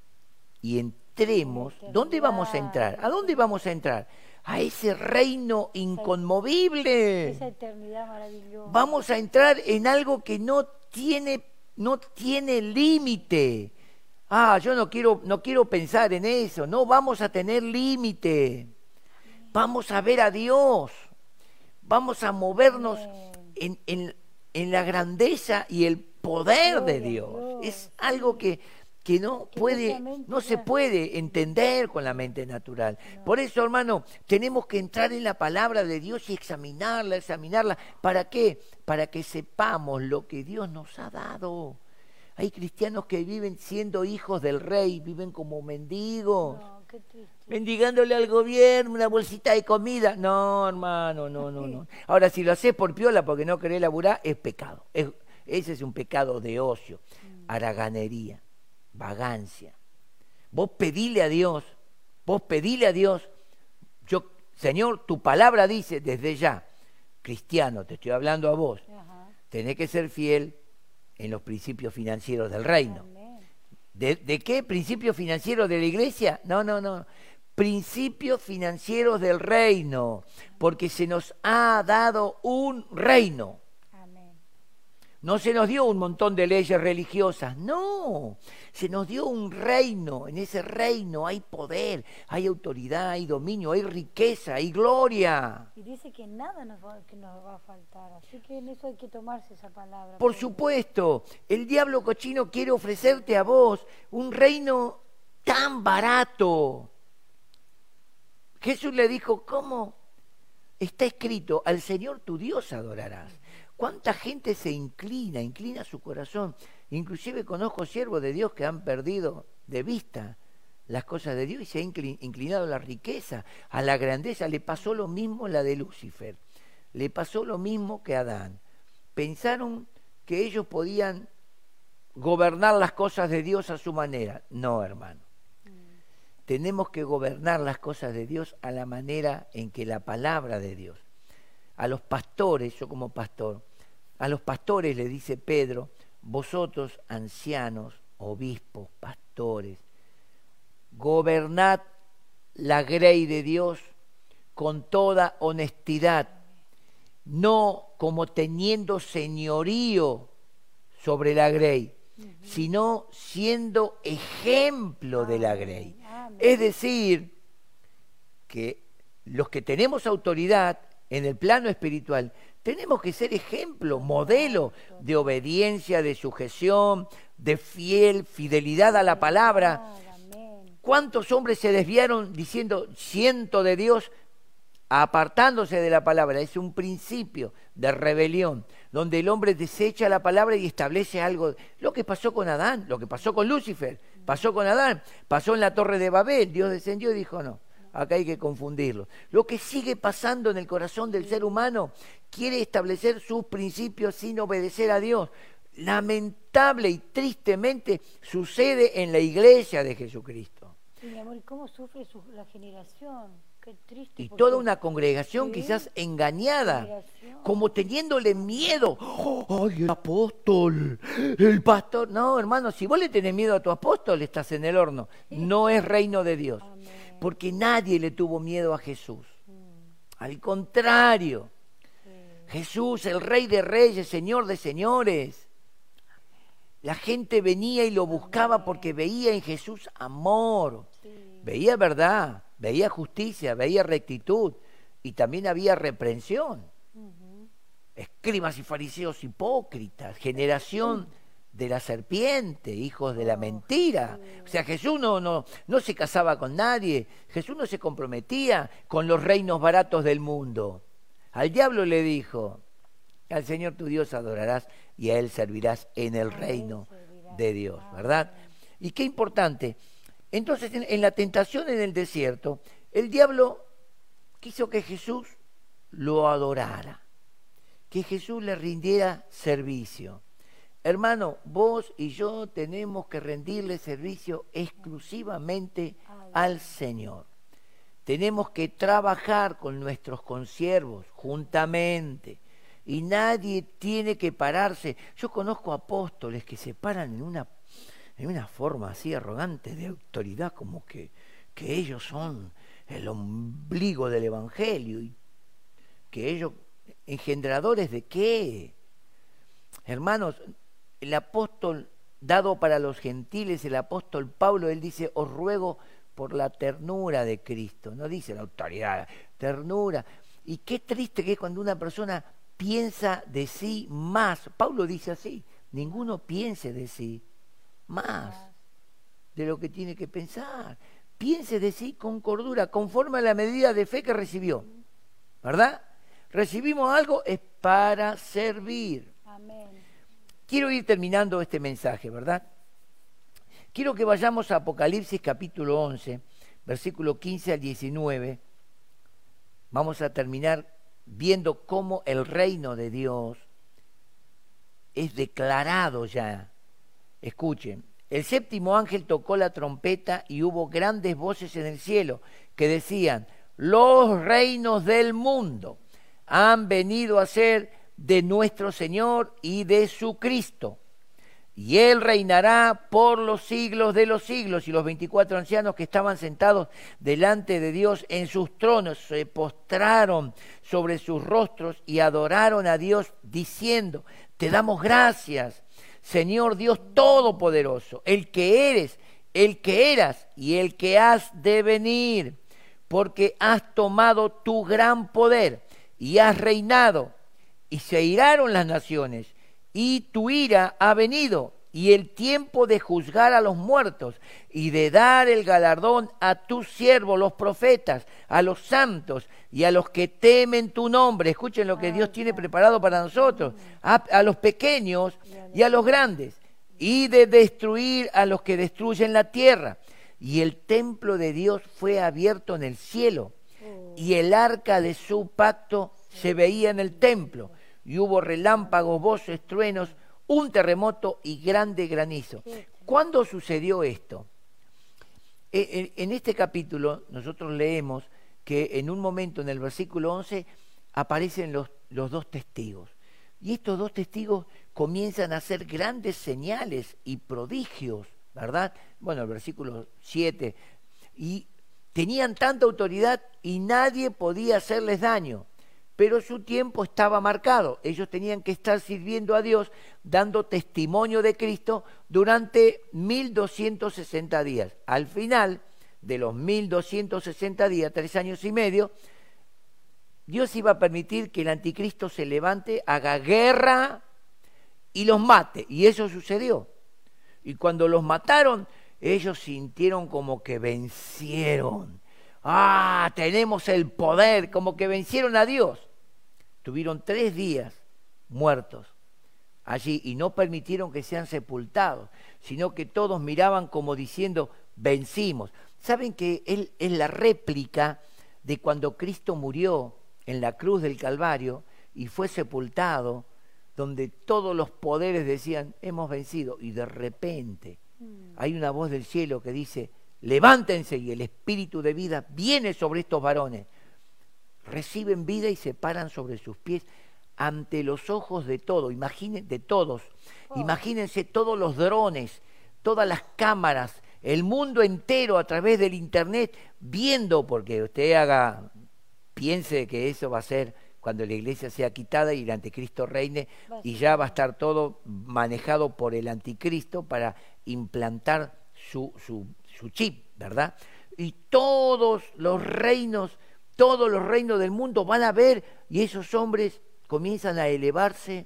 y entremos, ¿dónde vamos a entrar? ¿A dónde vamos a entrar? A ese reino inconmovible. Esa eternidad maravillosa. Vamos a entrar en algo que no tiene, no tiene límite. Ah, yo no quiero, no quiero pensar en eso. No vamos a tener límite. Vamos a ver a Dios. Vamos a movernos en, en, en la grandeza y el poder de Dios. Es algo que, que no puede, no se puede entender con la mente natural. Por eso, hermano, tenemos que entrar en la palabra de Dios y examinarla, examinarla. ¿Para qué? Para que sepamos lo que Dios nos ha dado. Hay cristianos que viven siendo hijos del rey, viven como mendigos. No, qué triste. Mendigándole al gobierno una bolsita de comida. No, hermano, no, no, no. Ahora, si lo haces por piola porque no querés laburar, es pecado. Es, ese es un pecado de ocio, haraganería, vagancia. Vos pedile a Dios, vos pedile a Dios, yo, Señor, tu palabra dice desde ya, cristiano, te estoy hablando a vos, ajá, tenés que ser fiel en los principios financieros del reino. ¿De, ¿De qué? ¿Principios financieros de la iglesia? No, no, no. Principios financieros del reino, porque se nos ha dado un reino. Amén. No se nos dio un montón de leyes religiosas, no, se nos dio un reino. En ese reino hay poder, hay autoridad, hay dominio, hay riqueza, hay gloria. Y dice que nada nos va, que nos va a faltar, así que en eso hay que tomarse esa palabra. Por supuesto, el diablo cochino quiere ofrecerte a vos un reino tan barato. Jesús le dijo, ¿cómo? Está escrito, al Señor tu Dios adorarás. ¿Cuánta gente se inclina, inclina su corazón? Inclusive conozco siervos de Dios que han perdido de vista las cosas de Dios y se han inclinado a la riqueza, a la grandeza. Le pasó lo mismo la de Lucifer, le pasó lo mismo que a Adán. Pensaron que ellos podían gobernar las cosas de Dios a su manera. No, hermano. Tenemos que gobernar las cosas de Dios a la manera en que la palabra de Dios. A los pastores, yo como pastor, a los pastores le dice Pedro, vosotros ancianos, obispos, pastores, gobernad la grey de Dios con toda honestidad, no como teniendo señorío sobre la grey, uh-huh, sino siendo ejemplo de la grey. Es decir, que los que tenemos autoridad en el plano espiritual, tenemos que ser ejemplo, modelo de obediencia, de sujeción, de fiel, fidelidad a la palabra. ¿Cuántos hombres se desviaron diciendo, siento de Dios, apartándose de la palabra? Es un principio de rebelión, donde el hombre desecha la palabra y establece algo. Lo que pasó con Adán, lo que pasó con Lucifer, pasó con Adán, pasó en la Torre de Babel. Dios descendió y dijo, no, acá hay que confundirlo. Lo que sigue pasando en el corazón del ser humano, quiere establecer sus principios sin obedecer a Dios. Lamentable y tristemente sucede en la iglesia de Jesucristo. Sí, mi amor, ¿y cómo sufre su, la generación? Qué triste. Y porque- toda una congregación Sí, quizás engañada, generación. como teniéndole miedo. ¡Oh, ¡ay, el apóstol! El pastor. No, hermano, si vos le tenés miedo a tu apóstol, estás en el horno. No es reino de Dios. Amén. Porque nadie le tuvo miedo a Jesús. Mm, Al contrario, sí. Jesús, el Rey de Reyes, Señor de Señores. La gente venía y lo buscaba porque veía en Jesús amor. Sí. Veía verdad, veía justicia, veía rectitud y también había reprensión. Ujú. Escribas y fariseos hipócritas, generación de la serpiente, hijos de la mentira. O sea, Jesús no, no, no se casaba con nadie, Jesús no se comprometía con los reinos baratos del mundo. Al diablo le dijo, al Señor tu Dios adorarás y a Él servirás en el reino de Dios, ¿verdad? Y qué importante. Entonces, en, en la tentación en el desierto, el diablo quiso que Jesús lo adorara, que Jesús le rindiera servicio. Hermano, vos y yo tenemos que rendirle servicio exclusivamente al Señor. Tenemos que trabajar con nuestros consiervos juntamente y nadie tiene que pararse. Yo conozco apóstoles que se paran en una en una forma así arrogante de autoridad, como que, que ellos son el ombligo del Evangelio y que ellos, engendradores de qué. Hermanos, el apóstol dado para los gentiles, el apóstol Pablo, él dice, os ruego por la ternura de Cristo, no dice la autoridad, ternura. Y qué triste que es cuando una persona piensa de sí más. Pablo dice así, ninguno piense de sí más de lo que tiene que pensar. Piense de sí con cordura, conforme a la medida de fe que recibió. ¿Verdad? Recibimos algo, es para servir. Amén. Quiero ir terminando este mensaje, ¿verdad? Quiero que vayamos a Apocalipsis capítulo once, versículo quince al diecinueve. Vamos a terminar viendo cómo el reino de Dios es declarado ya. Escuchen, el séptimo ángel tocó la trompeta y hubo grandes voces en el cielo que decían, los reinos del mundo han venido a ser de nuestro Señor y de su Cristo, y Él reinará por los siglos de los siglos. Y los veinticuatro ancianos que estaban sentados delante de Dios en sus tronos se postraron sobre sus rostros y adoraron a Dios diciendo, te damos gracias, Señor Dios Todopoderoso, el que eres, el que eras y el que has de venir, porque has tomado tu gran poder y has reinado, y se iraron las naciones, y tu ira ha venido, y el tiempo de juzgar a los muertos, y de dar el galardón a tus siervos, los profetas, a los santos, y a los que temen tu nombre. Escuchen lo que Dios tiene preparado para nosotros, a, a los pequeños y a los grandes, y de destruir a los que destruyen la tierra. Y el templo de Dios fue abierto en el cielo, y el arca de su pacto se veía en el templo, y hubo relámpagos, voces, truenos, un terremoto y grande granizo. ¿Cuándo sucedió esto? En este capítulo nosotros leemos que en un momento, en el versículo once, aparecen los, los dos testigos. Y estos dos testigos comienzan a hacer grandes señales y prodigios, ¿verdad? Bueno, el versículo siete. Y tenían tanta autoridad y nadie podía hacerles daño. Pero su tiempo estaba marcado. Ellos tenían que estar sirviendo a Dios, dando testimonio de Cristo durante mil doscientos sesenta días. Al final de los mil doscientos sesenta días, tres años y medio, Dios iba a permitir que el anticristo se levante, haga guerra y los mate. Y eso sucedió. Y cuando los mataron, ellos sintieron como que vencieron. ¡Ah! Tenemos el poder, como que vencieron a Dios. Tuvieron tres días muertos allí y no permitieron que sean sepultados, sino que todos miraban como diciendo, vencimos. ¿Saben que Él es la réplica de cuando Cristo murió en la cruz del Calvario y fue sepultado, donde todos los poderes decían, hemos vencido, y de repente mm. hay una voz del cielo que dice, levántense, y el espíritu de vida viene sobre estos varones. Reciben vida y se paran sobre sus pies ante los ojos de todos, imaginen, de todos. Oh. Imagínense todos los drones, todas las cámaras, el mundo entero a través del internet, viendo, porque usted haga, piense que eso va a ser cuando la iglesia sea quitada y el anticristo reine, y ya va a estar todo manejado por el anticristo para implantar su, su, su chip, ¿verdad? Y todos los reinos, todos los reinos del mundo van a ver, y esos hombres comienzan a elevarse,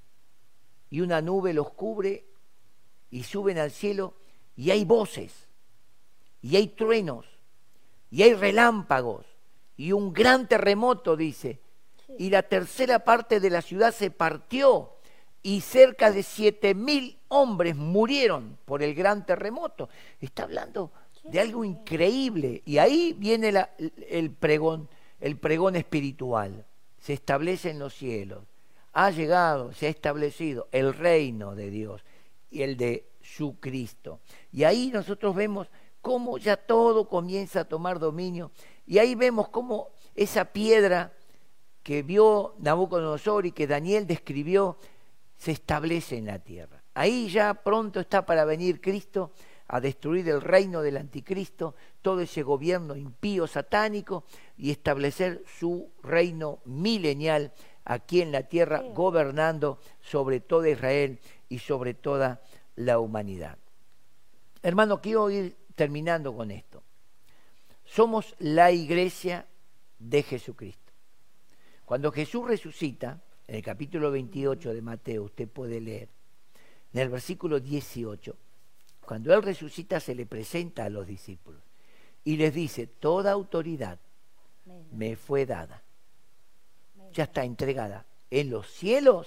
y una nube los cubre, y suben al cielo, y hay voces, y hay truenos, y hay relámpagos, y un gran terremoto, dice, sí. Y la tercera parte de la ciudad se partió, y cerca de siete mil hombres murieron por el gran terremoto. Está hablando de algo increíble, y ahí viene la, el pregón, el pregón espiritual. Se establece en los cielos, ha llegado, se ha establecido el reino de Dios y el de su Cristo. Y ahí nosotros vemos cómo ya todo comienza a tomar dominio, y ahí vemos cómo esa piedra que vio Nabucodonosor y que Daniel describió se establece en la tierra. Ahí ya pronto está para venir Cristo a destruir el reino del anticristo, todo ese gobierno impío satánico, y establecer su reino milenial aquí en la tierra, sí. Gobernando sobre toda Israel y sobre toda la humanidad. Hermano, quiero ir terminando con esto. Somos la iglesia de Jesucristo. Cuando Jesús resucita, en el capítulo veintiocho de Mateo, usted puede leer, en el versículo dieciocho, cuando Él resucita se le presenta a los discípulos y les dice, toda autoridad me fue dada, ya está entregada en los cielos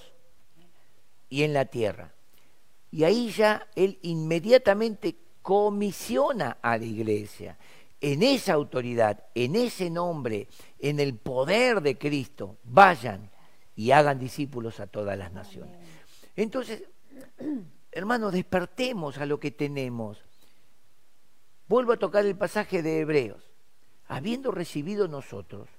y en la tierra. Y ahí ya Él inmediatamente comisiona a la iglesia, en esa autoridad, en ese nombre, en el poder de Cristo, vayan y hagan discípulos a todas las naciones. Entonces, hermanos, despertemos a lo que tenemos. Vuelvo a tocar el pasaje de Hebreos. Habiendo recibido nosotros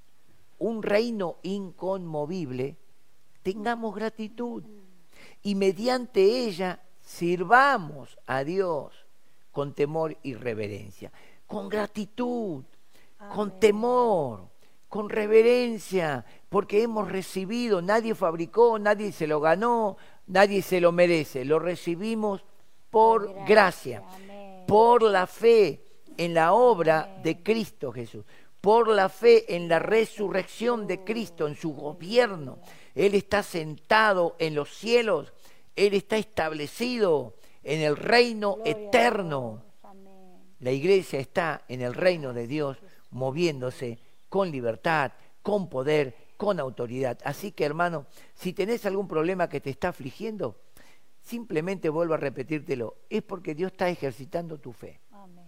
un reino inconmovible, tengamos gratitud y mediante ella sirvamos a Dios con temor y reverencia. Con gratitud, Amén. Con temor, con reverencia, porque hemos recibido, nadie fabricó, nadie se lo ganó, nadie se lo merece, lo recibimos por gracia, gracia por la fe en la obra Amén. De Cristo Jesús, por la fe en la resurrección de Cristo, en su gobierno. Él está sentado en los cielos, Él está establecido en el reino Gloria eterno. La iglesia está en el reino de Dios, moviéndose con libertad, con poder, con autoridad. Así que, hermano, si tenés algún problema que te está afligiendo, simplemente vuelvo a repetírtelo, es porque Dios está ejercitando tu fe. Amén.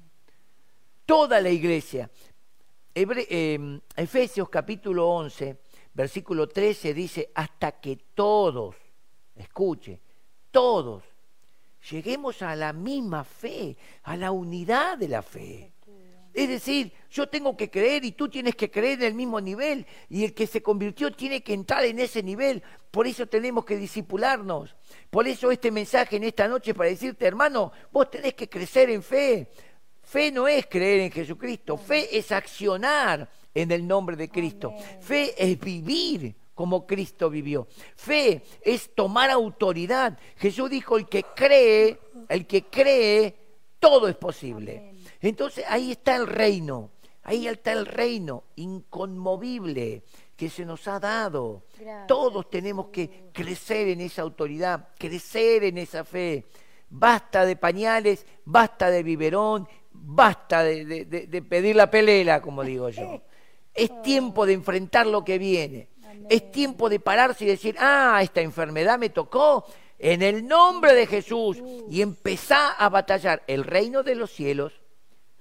Toda la iglesia. Hebre, eh, Efesios capítulo once, versículo trece dice, hasta que todos, escuche, todos, lleguemos a la misma fe, a la unidad de la fe. Es decir, yo tengo que creer y tú tienes que creer en el mismo nivel, y el que se convirtió tiene que entrar en ese nivel. Por eso tenemos que discipularnos. Por eso este mensaje en esta noche para decirte, hermano, vos tenés que crecer en fe. Fe no es creer en Jesucristo, fe es accionar en el nombre de Cristo. Amén. Fe es vivir como Cristo vivió. Fe es tomar autoridad. Jesús dijo, el que cree, el que cree, todo es posible. Amén. Entonces ahí está el reino, ahí está el reino inconmovible que se nos ha dado. Gracias. Todos tenemos que crecer en esa autoridad, crecer en esa fe. Basta de pañales, basta de biberón, basta de, de, de, de pedir la pelela, como digo yo. Es tiempo de enfrentar lo que viene. Amén. Es tiempo de pararse y decir, ah, esta enfermedad me tocó en el nombre de Jesús, y empezar a batallar. El reino de los cielos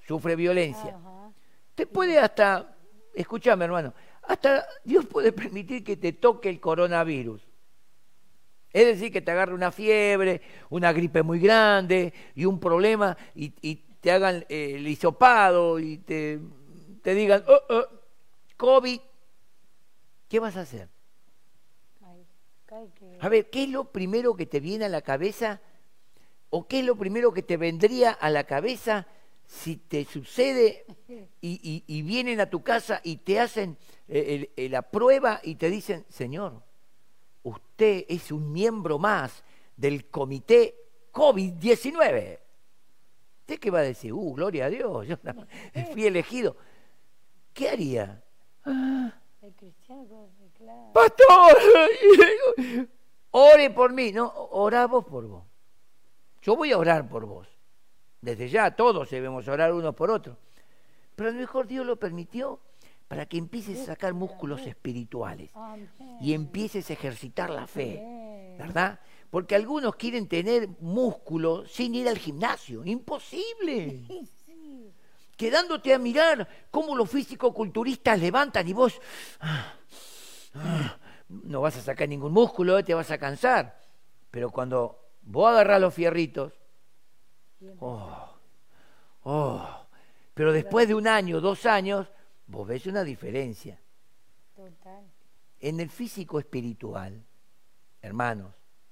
sufre violencia. Ajá. Te puede hasta, escúchame hermano, hasta Dios puede permitir que te toque el coronavirus. Es decir, que te agarre una fiebre, una gripe muy grande y un problema y, y te hagan eh, el hisopado y te, te digan, oh, oh, COVID, ¿qué vas a hacer? Ay, cae que... A ver, ¿qué es lo primero que te viene a la cabeza o qué es lo primero que te vendría a la cabeza si te sucede y, y, y vienen a tu casa y te hacen eh, el, el, la prueba y te dicen, Señor, usted es un miembro más del comité COVID diecinueve. ¿Usted qué va a decir? Uh, gloria a Dios, yo fui elegido. ¿Qué haría? Ah, El cristiano, claro. ¡Pastor! Ore por mí. No, orá vos por vos. Yo voy a orar por vos. Desde ya todos debemos orar unos por otros. Pero a lo mejor Dios lo permitió para que empieces a sacar músculos espirituales Amén. y empieces a ejercitar la fe, Amén. ¿verdad? Porque algunos quieren tener músculo sin ir al gimnasio. ¡Imposible! Sí. Quedándote a mirar cómo los físico-culturistas levantan y vos ah, ah, no vas a sacar ningún músculo, te vas a cansar. Pero cuando vos agarrás los fierritos, oh, oh, pero después de un año, dos años, vos ves una diferencia. Total. En el físico espiritual, hermanos,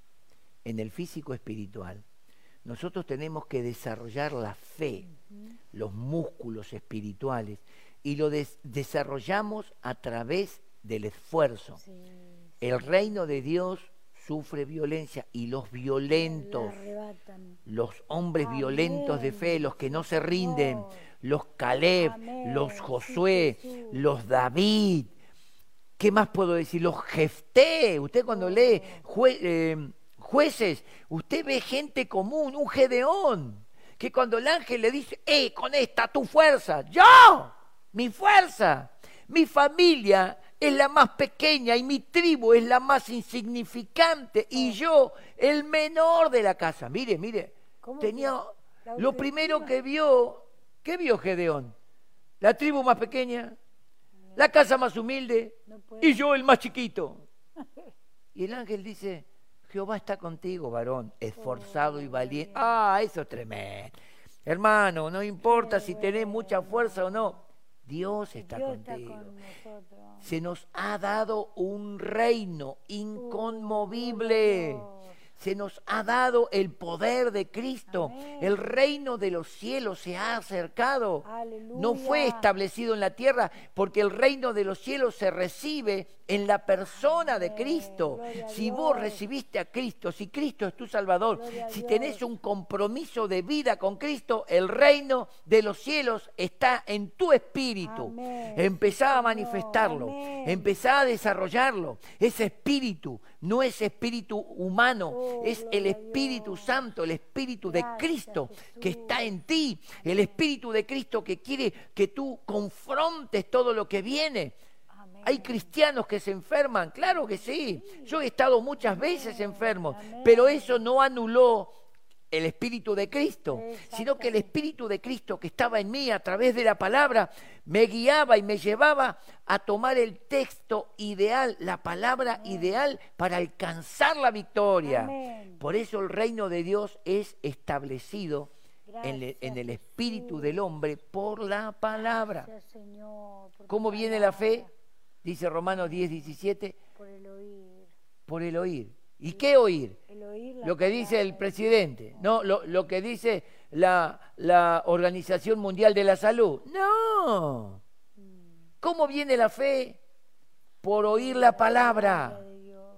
en el físico espiritual, nosotros tenemos que desarrollar la fe, uh-huh. los músculos espirituales, y lo des- desarrollamos a través del esfuerzo. Sí, sí. El reino de Dios sufre violencia y los violentos, los hombres Amén. Violentos de fe, los que no se rinden, oh. los Caleb, Amén. Los Josué, sí, los David, ¿qué más puedo decir? Los Jefté, usted cuando oh. lee jue, eh, jueces, usted ve gente común, un Gedeón, que cuando el ángel le dice, ¡eh, con esta tu fuerza! ¡Yo! ¡Mi fuerza! Mi familia es la más pequeña y mi tribu es la más insignificante y yo el menor de la casa. Mire, mire, tenía lo primero que vio, ¿qué vio Gedeón? La tribu más pequeña, la casa más humilde y yo el más chiquito. Y el ángel dice, Jehová está contigo, varón, esforzado y valiente. Ah, eso es tremendo. Hermano, no importa si tenés mucha fuerza o no, Dios está Dios contigo. Está con Se nos ha dado un reino inconmovible. Uh, Se nos ha dado el poder de Cristo. Amén. El reino de los cielos se ha acercado. Aleluya. No fue establecido en la tierra porque el reino de los cielos se recibe en la persona de Cristo. Gloria si a vos Dios. recibiste a Cristo, si Cristo es tu Salvador, Gloria si a tenés Dios. un compromiso de vida con Cristo, el reino de los cielos está en tu espíritu. Amén. Empezá a manifestarlo, Amén. empezá a desarrollarlo. Ese espíritu no es espíritu humano, Oh, es el Espíritu Santo, el Espíritu Gracias, de Cristo Jesús. que está en ti, el Espíritu de Cristo que quiere que tú confrontes todo lo que viene. Amén. Hay cristianos que se enferman, claro que sí. Yo he estado muchas veces enfermo, Amén. pero eso no anuló el Espíritu de Cristo, sino que el Espíritu de Cristo que estaba en mí a través de la palabra me guiaba y me llevaba a tomar el texto ideal, la palabra Amén. Ideal para alcanzar la victoria. Amén. Por eso el reino de Dios es establecido Gracias, en, el, en el espíritu Jesús. del hombre por la palabra. Gracias, Señor, por ¿Cómo tu viene la fe? palabra. Dice Romanos diez, diecisiete, Por el oír. por el oír. ¿Y qué oír? El oír la Lo que dice el palabra. presidente, no, lo, lo que dice la, la Organización Mundial de la Salud. No. Mm. ¿Cómo viene la fe? Por oír la palabra. de Dios.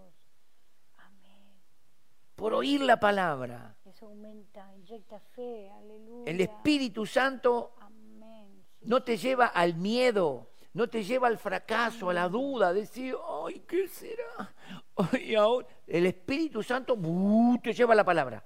Amén. Por oír la palabra. Eso aumenta, inyecta fe. Aleluya. El Espíritu Santo Amén. Sí, no te lleva al miedo, no te lleva al fracaso, a la duda, decir, ay, ¿qué será? Ay, ahora. El Espíritu Santo uh, te lleva a la palabra.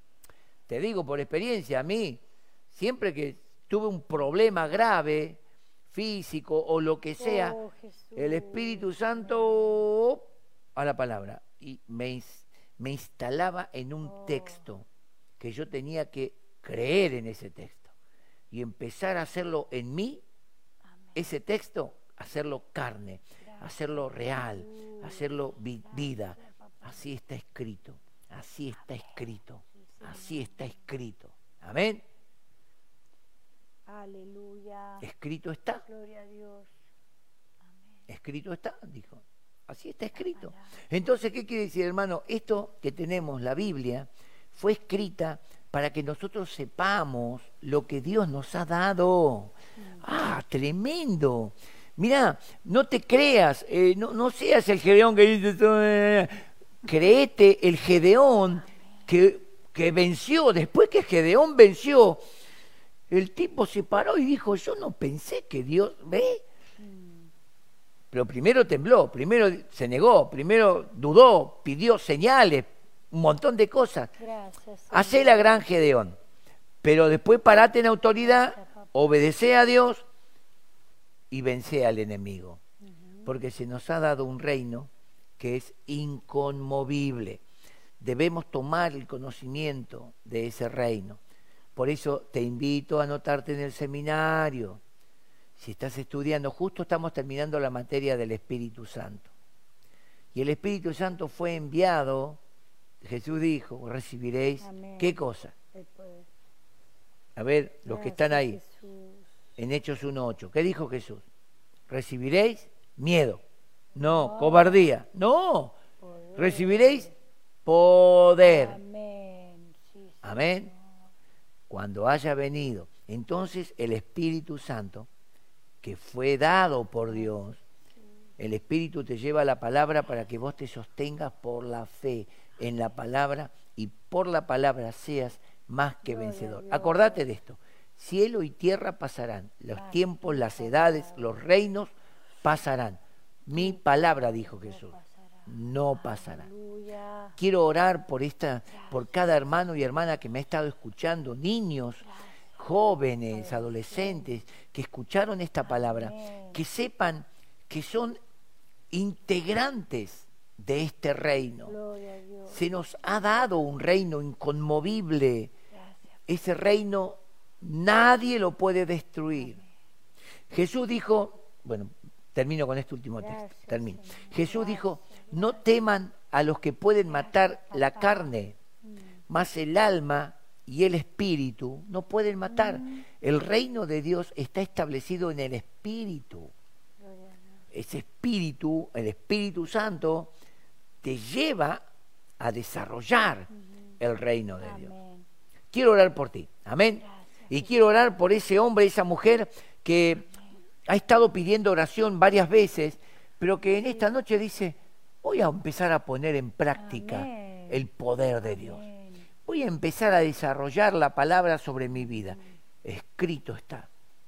Te digo por experiencia, a mí, siempre que tuve un problema grave, físico o lo que sea, Oh, Jesús. el Espíritu Santo a la palabra. Y me, me instalaba en un Oh. texto que yo tenía que creer en ese texto. y empezar a hacerlo en mí, Amén. ese texto, hacerlo carne, Gracias. hacerlo real, Aleluya. hacerlo vi- vida. Gracias, papá. Así está escrito, así está escrito, Sí, Señor. así está escrito. Amén. Aleluya. Escrito está, Gloria a Dios. Amén. escrito está, dijo. Así está escrito. Palabra. Entonces, ¿qué quiere decir, hermano? Esto que tenemos, la Biblia, fue escrita para que nosotros sepamos lo que Dios nos ha dado. ¡Ah, tremendo! Mirá, no te creas, eh, no, no seas el Gedeón que dice, eh, créete el Gedeón que, que venció. Después que Gedeón venció, el tipo se paró y dijo, yo no pensé que Dios, ¿ve? Pero primero tembló, primero se negó, primero dudó, pidió señales, un montón de cosas. Gracias, Señor. Hacé la gran Gedeón, pero después parate en autoridad, obedece a Dios y vence al enemigo. Porque se nos ha dado un reino que es inconmovible. Debemos tomar el conocimiento de ese reino. Por eso te invito a anotarte en el seminario. Si estás estudiando, justo estamos terminando la materia del Espíritu Santo. Y el Espíritu Santo fue enviado, Jesús dijo, recibiréis, Amén. ¿qué cosa? El poder. A ver, los que están ahí, Gracias, Jesús. en Hechos uno ocho. ¿Qué dijo Jesús? ¿Recibiréis? Miedo. No, No. cobardía. No, Poder. recibiréis poder. Amén. Sí, Señor. Amén. Cuando haya venido. Entonces el Espíritu Santo, que fue dado por Dios, el Espíritu te lleva a la palabra para que vos te sostengas por la fe en la palabra y por la palabra seas más que Gloria a vencedor. Dios. Acordate de esto. Cielo y tierra pasarán, los Pasa, tiempos, las pasará. edades, los reinos pasarán. Mi palabra, dijo No Jesús, pasará. no pasará. Aleluya. Quiero orar por esta, por cada hermano y hermana que me ha estado escuchando, niños, jóvenes, adolescentes, que escucharon esta palabra, Amén. que sepan que son integrantes de este reino. Gloria a Dios. Se nos ha dado un reino inconmovible. Gracias. Ese reino nadie lo puede destruir. Jesús dijo, bueno, termino con este último texto, Gracias, termino. Señor. Jesús dijo, Gracias, no teman a los que pueden matar la papá. carne, mas el alma y el espíritu no pueden matar. El reino de Dios está establecido en el espíritu. Gloria a Dios. Ese espíritu, el Espíritu Santo, te lleva a desarrollar el reino de Dios. Amén. Quiero orar por ti, amén. Gracias, Y quiero orar por ese hombre, esa mujer que ha estado pidiendo oración varias veces, pero que en esta noche dice, voy a empezar a poner en práctica Amén. el poder de Dios. Amén. Voy a empezar a desarrollar la palabra sobre mi vida. Escrito está,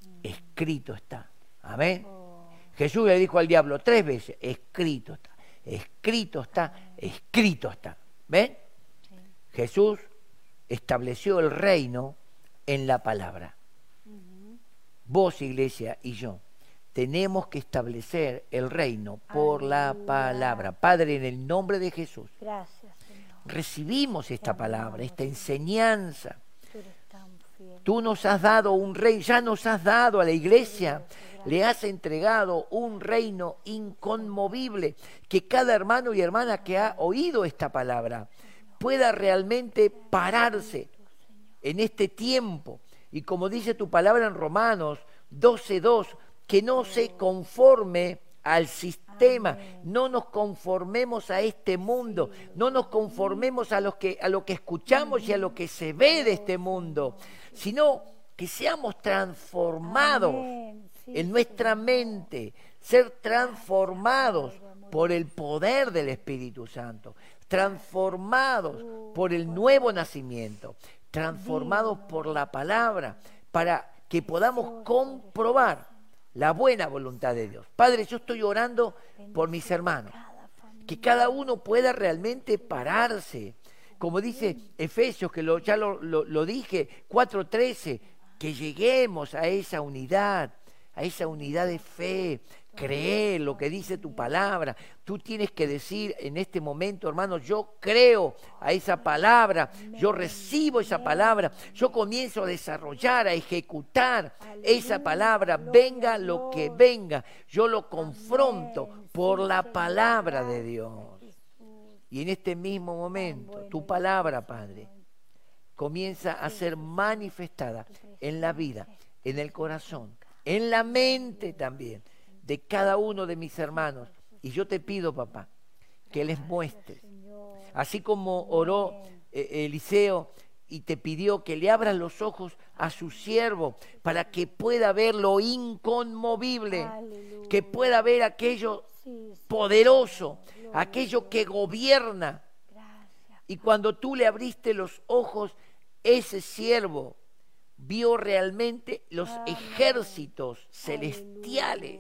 escrito está. Amén. Oh, Jesús le dijo al diablo tres veces, escrito está, escrito está, escrito está. ¿Ven? sí. Jesús estableció el reino en la palabra. Ujú. Vos, iglesia, y yo, tenemos que establecer el reino por la Aleluya. palabra. Padre, en el nombre de Jesús, Gracias, Señor. recibimos esta Te palabra, amamos, esta Señor. enseñanza. Tú eres tan fiel. Tú nos has dado un reino, ya nos has dado a la iglesia, le has entregado un reino inconmovible, que cada hermano y hermana que ha oído esta palabra pueda realmente pararse en este tiempo. Y como dice tu palabra en Romanos doce dos, que no se conforme al sistema, Amén. no nos conformemos a este mundo, no nos conformemos a, los que, a lo que escuchamos y a lo que se ve de este mundo, sino que seamos transformados Amén. Sí, en nuestra Señor. mente, ser transformados por el poder del Espíritu Santo, transformados por el nuevo nacimiento, transformados por la palabra, para que podamos comprobar la buena voluntad de Dios. Padre, yo estoy orando por mis hermanos, Cada familia. que cada uno pueda realmente pararse. Como dice Efesios, que lo, ya lo, lo, lo dije, cuatro trece, que lleguemos a esa unidad, a esa unidad de fe. Cree lo que dice tu palabra. Tú tienes que decir en este momento, hermano, yo creo a esa palabra, yo recibo esa palabra, yo comienzo a desarrollar, a ejecutar esa palabra, venga lo que venga, yo lo confronto por la palabra de Dios. Y en este mismo momento, tu palabra, Padre, comienza a ser manifestada en la vida, en el corazón, en la mente también de cada uno de mis hermanos. Y yo te pido, papá, que les muestres, así como oró eh, Eliseo y te pidió que le abras los ojos a su siervo para que pueda ver lo inconmovible, Aleluya. que pueda ver aquello poderoso, aquello que gobierna. Y cuando tú le abriste los ojos, ese siervo vio realmente los ejércitos celestiales.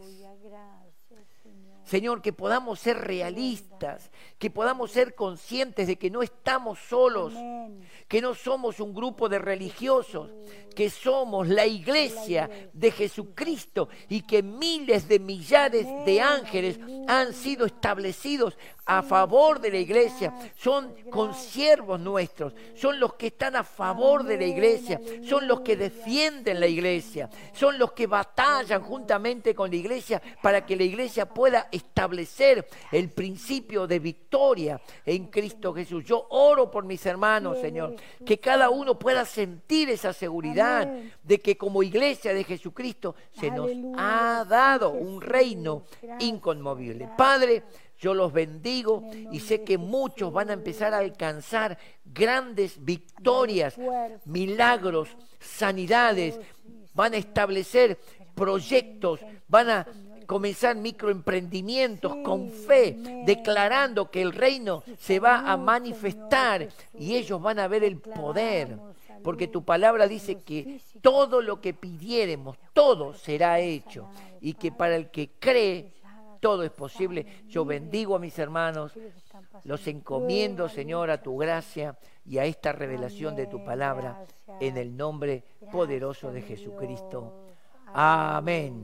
Señor, que podamos ser realistas, que podamos ser conscientes de que no estamos solos, que no somos un grupo de religiosos, que somos la iglesia de Jesucristo y que miles de millares de ángeles han sido establecidos a favor de la iglesia, son consiervos nuestros, son los que están a favor de la iglesia, son los que defienden la iglesia, son los que batallan juntamente con la iglesia para que la iglesia pueda establecer el principio de victoria en Cristo Jesús. Yo oro por mis hermanos, Señor, que cada uno pueda sentir esa seguridad de que como iglesia de Jesucristo se nos ha dado un reino inconmovible. Padre, yo los bendigo y sé que muchos van a empezar a alcanzar grandes victorias, milagros, sanidades, van a establecer proyectos, van a comenzar microemprendimientos con fe, declarando que el reino se va a manifestar y ellos van a ver el poder, porque tu palabra dice que todo lo que pidiéremos, todo será hecho, y que para el que cree, todo es posible. Yo bendigo a mis hermanos, los encomiendo, Señor, a tu gracia y a esta revelación de tu palabra, en el nombre poderoso de Jesucristo. Amén.